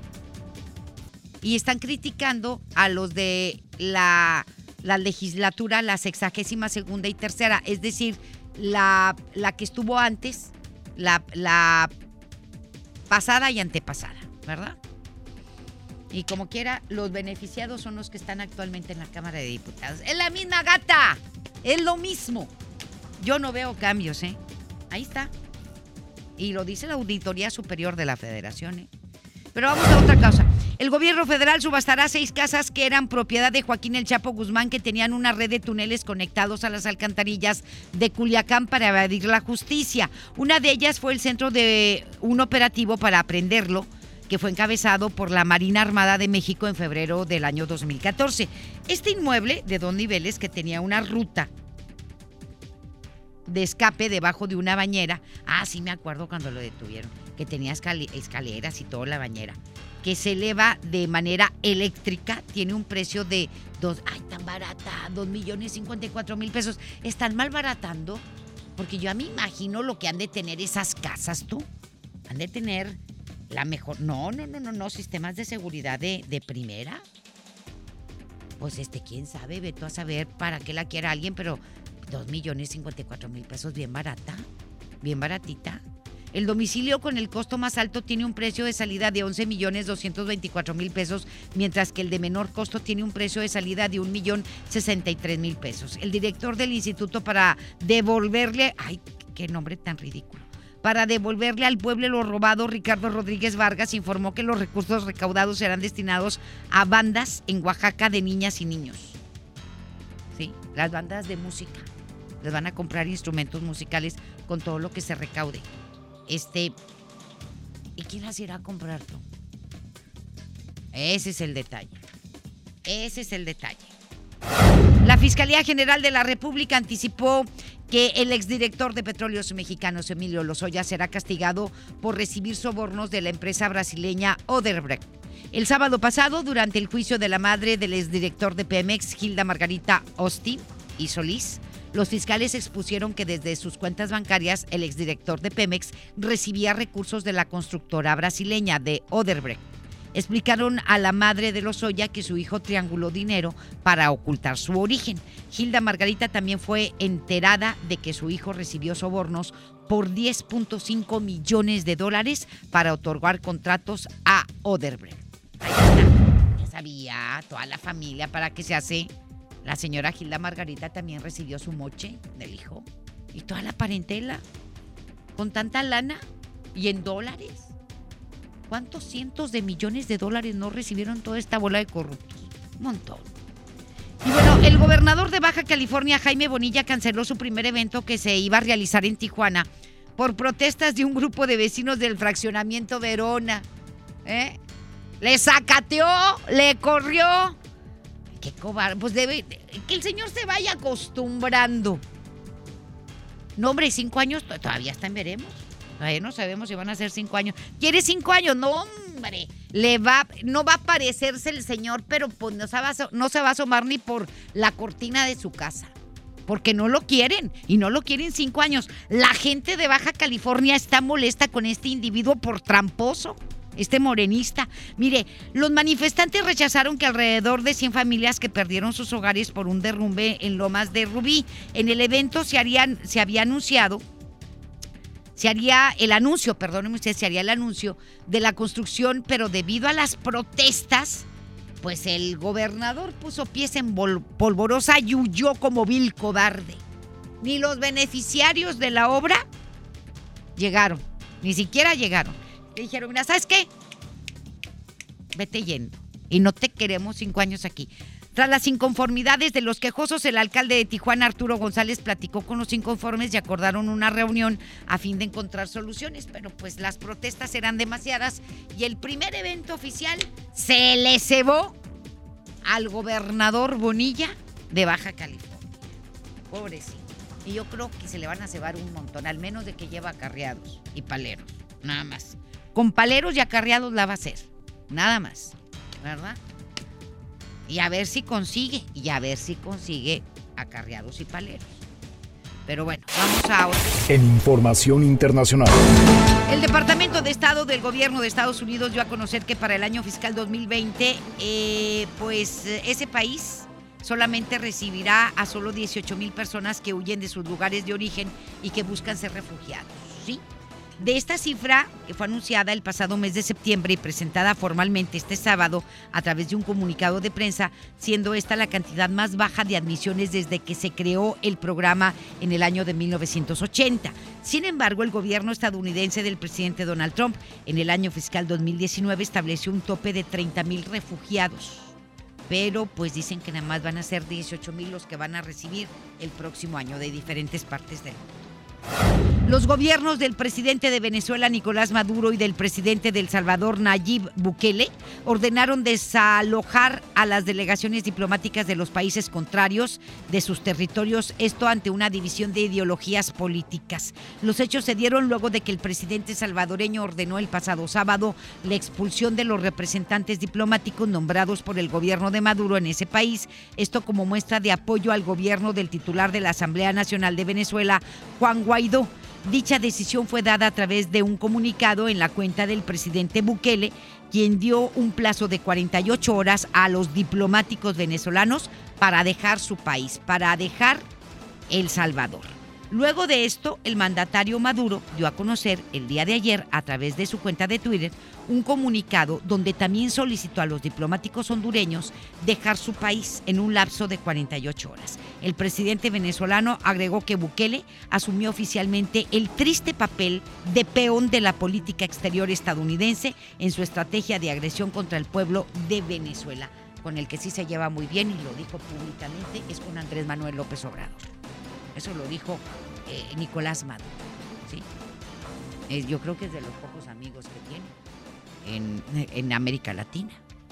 Y están criticando a los de la, la legislatura, la sexagésima segunda y tercera, es decir, la, la que estuvo antes, la, la pasada y antepasada, ¿verdad? Y como quiera, los beneficiados son los que están actualmente en la Cámara de Diputados. ¡Es la misma gata! ¡Es lo mismo! Yo no veo cambios, ¿eh? Ahí está. Y lo dice la Auditoría Superior de la Federación, ¿eh? Pero vamos a otra cosa. El gobierno federal subastará seis casas que eran propiedad de Joaquín El Chapo Guzmán, que tenían una red de túneles conectados a las alcantarillas de Culiacán para evadir la justicia. Una de ellas fue el centro de un operativo para aprehenderlo, que fue encabezado por la Marina Armada de México en febrero del año dos mil catorce. Este inmueble de dos niveles, que tenía una ruta de escape debajo de una bañera. Ah, sí me acuerdo cuando lo detuvieron, que tenía escale- escaleras y toda la bañera. que se eleva de manera eléctrica, tiene un precio de dos, ay, tan barata, dos millones cincuenta y cuatro mil pesos. ¿Están mal baratando? Porque yo a mí imagino lo que han de tener esas casas, tú. Han de tener la mejor, no, no, no, no, no, sistemas de seguridad de, de primera. Pues este, quién sabe, ve tú a saber para qué la quiera alguien, pero dos millones cincuenta y cuatro mil pesos, bien barata, bien baratita. El domicilio con el costo más alto tiene un precio de salida de once millones doscientos veinticuatro mil pesos, mientras que el de menor costo tiene un precio de salida de un millón sesenta y tres mil pesos. El director del instituto para devolverle, ay, qué nombre tan ridículo, para devolverle al pueblo lo robado, Ricardo Rodríguez Vargas, informó que los recursos recaudados serán destinados a bandas en Oaxaca de niñas y niños. Sí, las bandas de música. Les van a comprar instrumentos musicales con todo lo que se recaude. Este, ¿y quién las irá a comprar tú? Ese es el detalle. Ese es el detalle. La Fiscalía General de la República anticipó que el exdirector de Petróleos Mexicanos, Emilio Lozoya, será castigado por recibir sobornos de la empresa brasileña Odebrecht. El sábado pasado, durante el juicio de la madre del exdirector de Pemex, Hilda Margarita Osti y Solís, los fiscales expusieron que desde sus cuentas bancarias el exdirector de Pemex recibía recursos de la constructora brasileña de Odebrecht. Explicaron a la madre de Lozoya que su hijo trianguló dinero para ocultar su origen. Hilda Margarita también fue enterada de que su hijo recibió sobornos por diez punto cinco millones de dólares para otorgar contratos a Odebrecht. Ahí está. Ya sabía toda la familia para qué se hace. La señora Hilda Margarita también recibió su moche del hijo. Y toda la parentela. Con tanta lana y en dólares. ¿Cuántos cientos de millones de dólares no recibieron toda esta bola de corruptos? Un montón. Y bueno, el gobernador de Baja California, Jaime Bonilla, canceló su primer evento que se iba a realizar en Tijuana por protestas de un grupo de vecinos del fraccionamiento Verona. ¿Eh? Le sacateó, le corrió. Qué cobarde, pues debe, que el señor se vaya acostumbrando. No, hombre, cinco años, todavía está en veremos. Todavía no sabemos si van a ser cinco años. ¿Quiere cinco años? No, hombre, le va, no va a parecerse el señor, pero pues no se va a, no se va a asomar ni por la cortina de su casa. Porque no lo quieren, y no lo quieren cinco años. La gente de Baja California está molesta con este individuo por tramposo. Este morenista. Mire, los manifestantes rechazaron que alrededor de cien familias que perdieron sus hogares por un derrumbe en Lomas de Rubí. En el evento se harían, se había anunciado, se haría el anuncio, perdónenme usted, se haría el anuncio de la construcción, pero debido a las protestas, pues el gobernador puso pies en bol- polvorosa y huyó como vil cobarde. Ni los beneficiarios de la obra llegaron, ni siquiera llegaron. Le dijeron, mira, ¿sabes qué? Vete yendo. Y no te queremos cinco años aquí. Tras las inconformidades de los quejosos, el alcalde de Tijuana, Arturo González, platicó con los inconformes y acordaron una reunión a fin de encontrar soluciones. Pero pues las protestas eran demasiadas y el primer evento oficial se le cebó al gobernador Bonilla de Baja California. Pobrecito. Y yo creo que se le van a cebar un montón, al menos de que lleva acarreados y paleros. Nada más. Con paleros y acarreados la va a hacer. Nada más. ¿Verdad? Y a ver si consigue. Y a ver si consigue acarreados y paleros. Pero bueno, vamos a otro. En información internacional. El Departamento de Estado del Gobierno de Estados Unidos dio a conocer que para el año fiscal dos mil veinte, eh, pues ese país solamente recibirá a solo dieciocho mil personas que huyen de sus lugares de origen y que buscan ser refugiados. ¿Sí? De esta cifra, que fue anunciada el pasado mes de septiembre y presentada formalmente este sábado a través de un comunicado de prensa, siendo esta la cantidad más baja de admisiones desde que se creó el programa en el año de mil novecientos ochenta. Sin embargo, el gobierno estadounidense del presidente Donald Trump en el año fiscal dos mil diecinueve estableció un tope de treinta mil refugiados. Pero pues dicen que nada más van a ser dieciocho mil los que van a recibir el próximo año de diferentes partes del mundo. Los gobiernos del presidente de Venezuela, Nicolás Maduro, y del presidente de El Salvador, Nayib Bukele, ordenaron desalojar a las delegaciones diplomáticas de los países contrarios de sus territorios, esto ante una división de ideologías políticas. Los hechos se dieron luego de que el presidente salvadoreño ordenó el pasado sábado la expulsión de los representantes diplomáticos nombrados por el gobierno de Maduro en ese país, esto como muestra de apoyo al gobierno del titular de la Asamblea Nacional de Venezuela, Juan Guaidó. Dicha decisión fue dada a través de un comunicado en la cuenta del presidente Bukele, quien dio un plazo de cuarenta y ocho horas a los diplomáticos venezolanos para dejar su país, para dejar El Salvador. Luego de esto, el mandatario Maduro dio a conocer el día de ayer, a través de su cuenta de Twitter, un comunicado donde también solicitó a los diplomáticos hondureños dejar su país en un lapso de cuarenta y ocho horas. El presidente venezolano agregó que Bukele asumió oficialmente el triste papel de peón de la política exterior estadounidense en su estrategia de agresión contra el pueblo de Venezuela, con el que sí se lleva muy bien, y lo dijo públicamente, es con Andrés Manuel López Obrador. Eso lo dijo eh, Nicolás Maduro, ¿sí? Eh, yo creo que es de los pocos amigos que tiene en, en América Latina,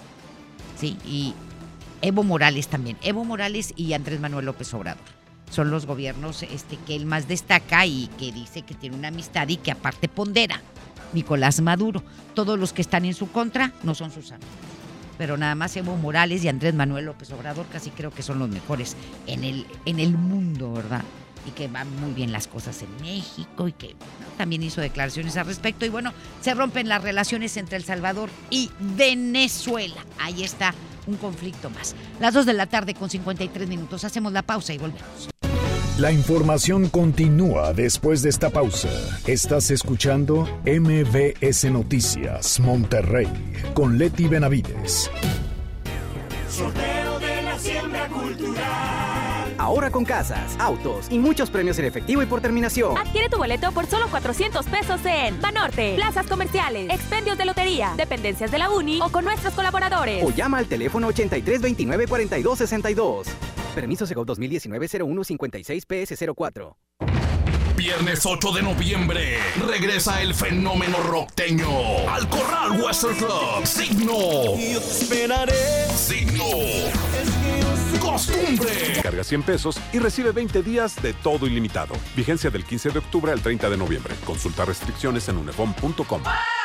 ¿sí? Y Evo Morales también. Evo Morales y Andrés Manuel López Obrador son los gobiernos este, que él más destaca y que dice que tiene una amistad y que aparte pondera. Nicolás Maduro. Todos los que están en su contra no son sus amigos. Pero nada más Evo Morales y Andrés Manuel López Obrador casi creo que son los mejores en el, en el mundo, ¿verdad? Y que van muy bien las cosas en México y que ¿no? también hizo declaraciones al respecto. Y bueno, se rompen las relaciones entre El Salvador y Venezuela. Ahí está un conflicto más. Las dos de la tarde con cincuenta y tres minutos. Hacemos la pausa y volvemos. La información continúa después de esta pausa. Estás escuchando M V S Noticias Monterrey con Leti Benavides. Sorteo de la siembra cultural. Ahora con casas, autos y muchos premios en efectivo y por terminación. Adquiere tu boleto por solo cuatrocientos pesos en Banorte, plazas comerciales, expendios de lotería, dependencias de la Uni o con nuestros colaboradores. O llama al teléfono ochenta y tres veintinueve cuarenta y dos sesenta y dos. Permiso Segov dos mil diecinueve cero uno cincuenta y seis P S cero cuatro. Viernes ocho de noviembre regresa el fenómeno rockteño al Corral Western Club. Signo. Yo te esperaré. Signo. Costumbre. Carga cien pesos y recibe veinte días de todo ilimitado. Vigencia del quince de octubre al treinta de noviembre. Consulta restricciones en unefom punto com.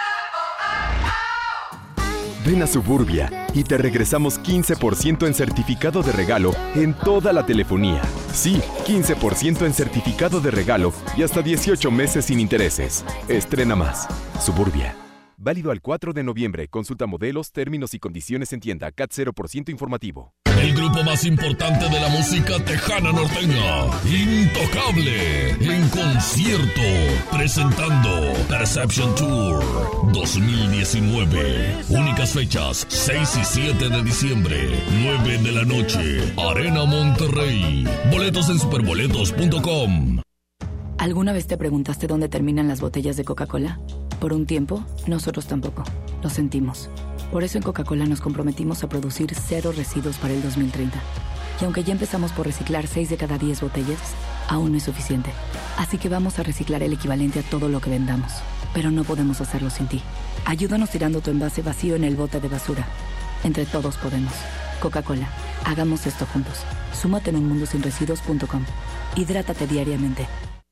Ven a Suburbia y te regresamos quince por ciento en certificado de regalo en toda la telefonía. Sí, quince por ciento en certificado de regalo y hasta dieciocho meses sin intereses. Estrena más. Suburbia. Válido al cuatro de noviembre. Consulta modelos, términos y condiciones en tienda. C A T cero por ciento informativo. El grupo más importante de la música tejana norteña, Intocable, en concierto, presentando Perception Tour dos mil diecinueve. Únicas fechas, seis y siete de diciembre, nueve de la noche, Arena Monterrey. Boletos en superboletos punto com. ¿Alguna vez te preguntaste dónde terminan las botellas de Coca-Cola? Por un tiempo, nosotros tampoco. Lo sentimos. Por eso en Coca-Cola nos comprometimos a producir cero residuos para el dos mil treinta. Y aunque ya empezamos por reciclar seis de cada diez botellas, aún no es suficiente. Así que vamos a reciclar el equivalente a todo lo que vendamos. Pero no podemos hacerlo sin ti. Ayúdanos tirando tu envase vacío en el bote de basura. Entre todos podemos. Coca-Cola. Hagamos esto juntos. Súmate en un mundo sin residuos punto com. Hidrátate diariamente.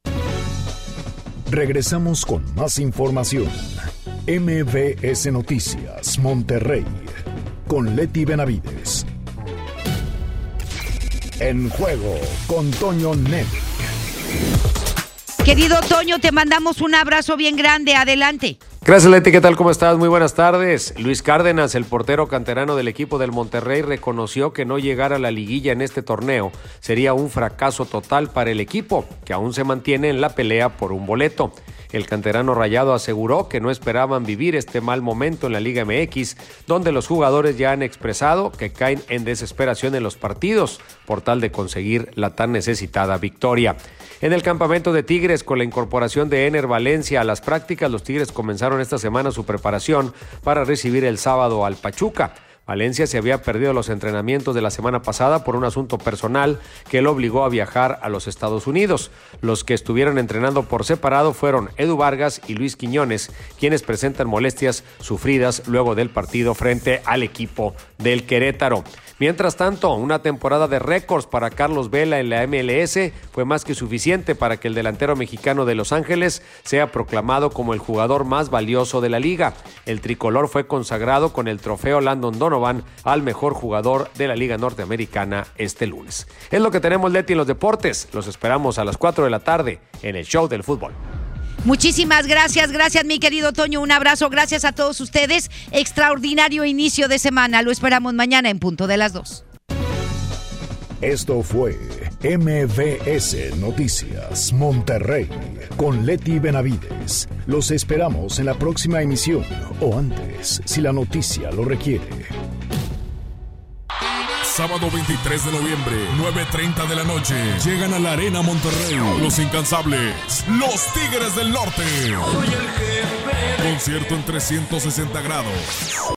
Regresamos con más información. M V S Noticias Monterrey con Leti Benavides. En juego con Toño Net. Querido Toño, te mandamos un abrazo bien grande. Adelante. Gracias, Leti. ¿Qué tal? ¿Cómo estás? Muy buenas tardes. Luis Cárdenas, el portero canterano del equipo del Monterrey, reconoció que no llegar a la liguilla en este torneo sería un fracaso total para el equipo, que aún se mantiene en la pelea por un boleto. El canterano rayado aseguró que no esperaban vivir este mal momento en la Liga M X, donde los jugadores ya han expresado que caen en desesperación en los partidos por tal de conseguir la tan necesitada victoria. En el campamento de Tigres, con la incorporación de Ener Valencia a las prácticas, los Tigres comenzaron esta semana su preparación para recibir el sábado al Pachuca. Valencia se había perdido los entrenamientos de la semana pasada por un asunto personal que lo obligó a viajar a los Estados Unidos. Los que estuvieron entrenando por separado fueron Edu Vargas y Luis Quiñones, quienes presentan molestias sufridas luego del partido frente al equipo del Querétaro. Mientras tanto, una temporada de récords para Carlos Vela en la M L S fue más que suficiente para que el delantero mexicano de Los Ángeles sea proclamado como el jugador más valioso de la liga. El tricolor fue consagrado con el trofeo Landon Donovan al mejor jugador de la Liga Norteamericana este lunes. Es lo que tenemos, Leti, en los deportes. Los esperamos a las cuatro de la tarde en el Show del Fútbol. Muchísimas gracias, gracias mi querido Toño, un abrazo, gracias a todos ustedes, extraordinario inicio de semana, lo esperamos mañana en punto de las dos. Esto fue M V S Noticias Monterrey con Leti Benavides. Los esperamos en la próxima emisión o antes, si la noticia lo requiere. Sábado veintitrés de noviembre, nueve treinta de la noche. Llegan a la Arena Monterrey los incansables, los Tigres del Norte. Concierto en trescientos sesenta grados.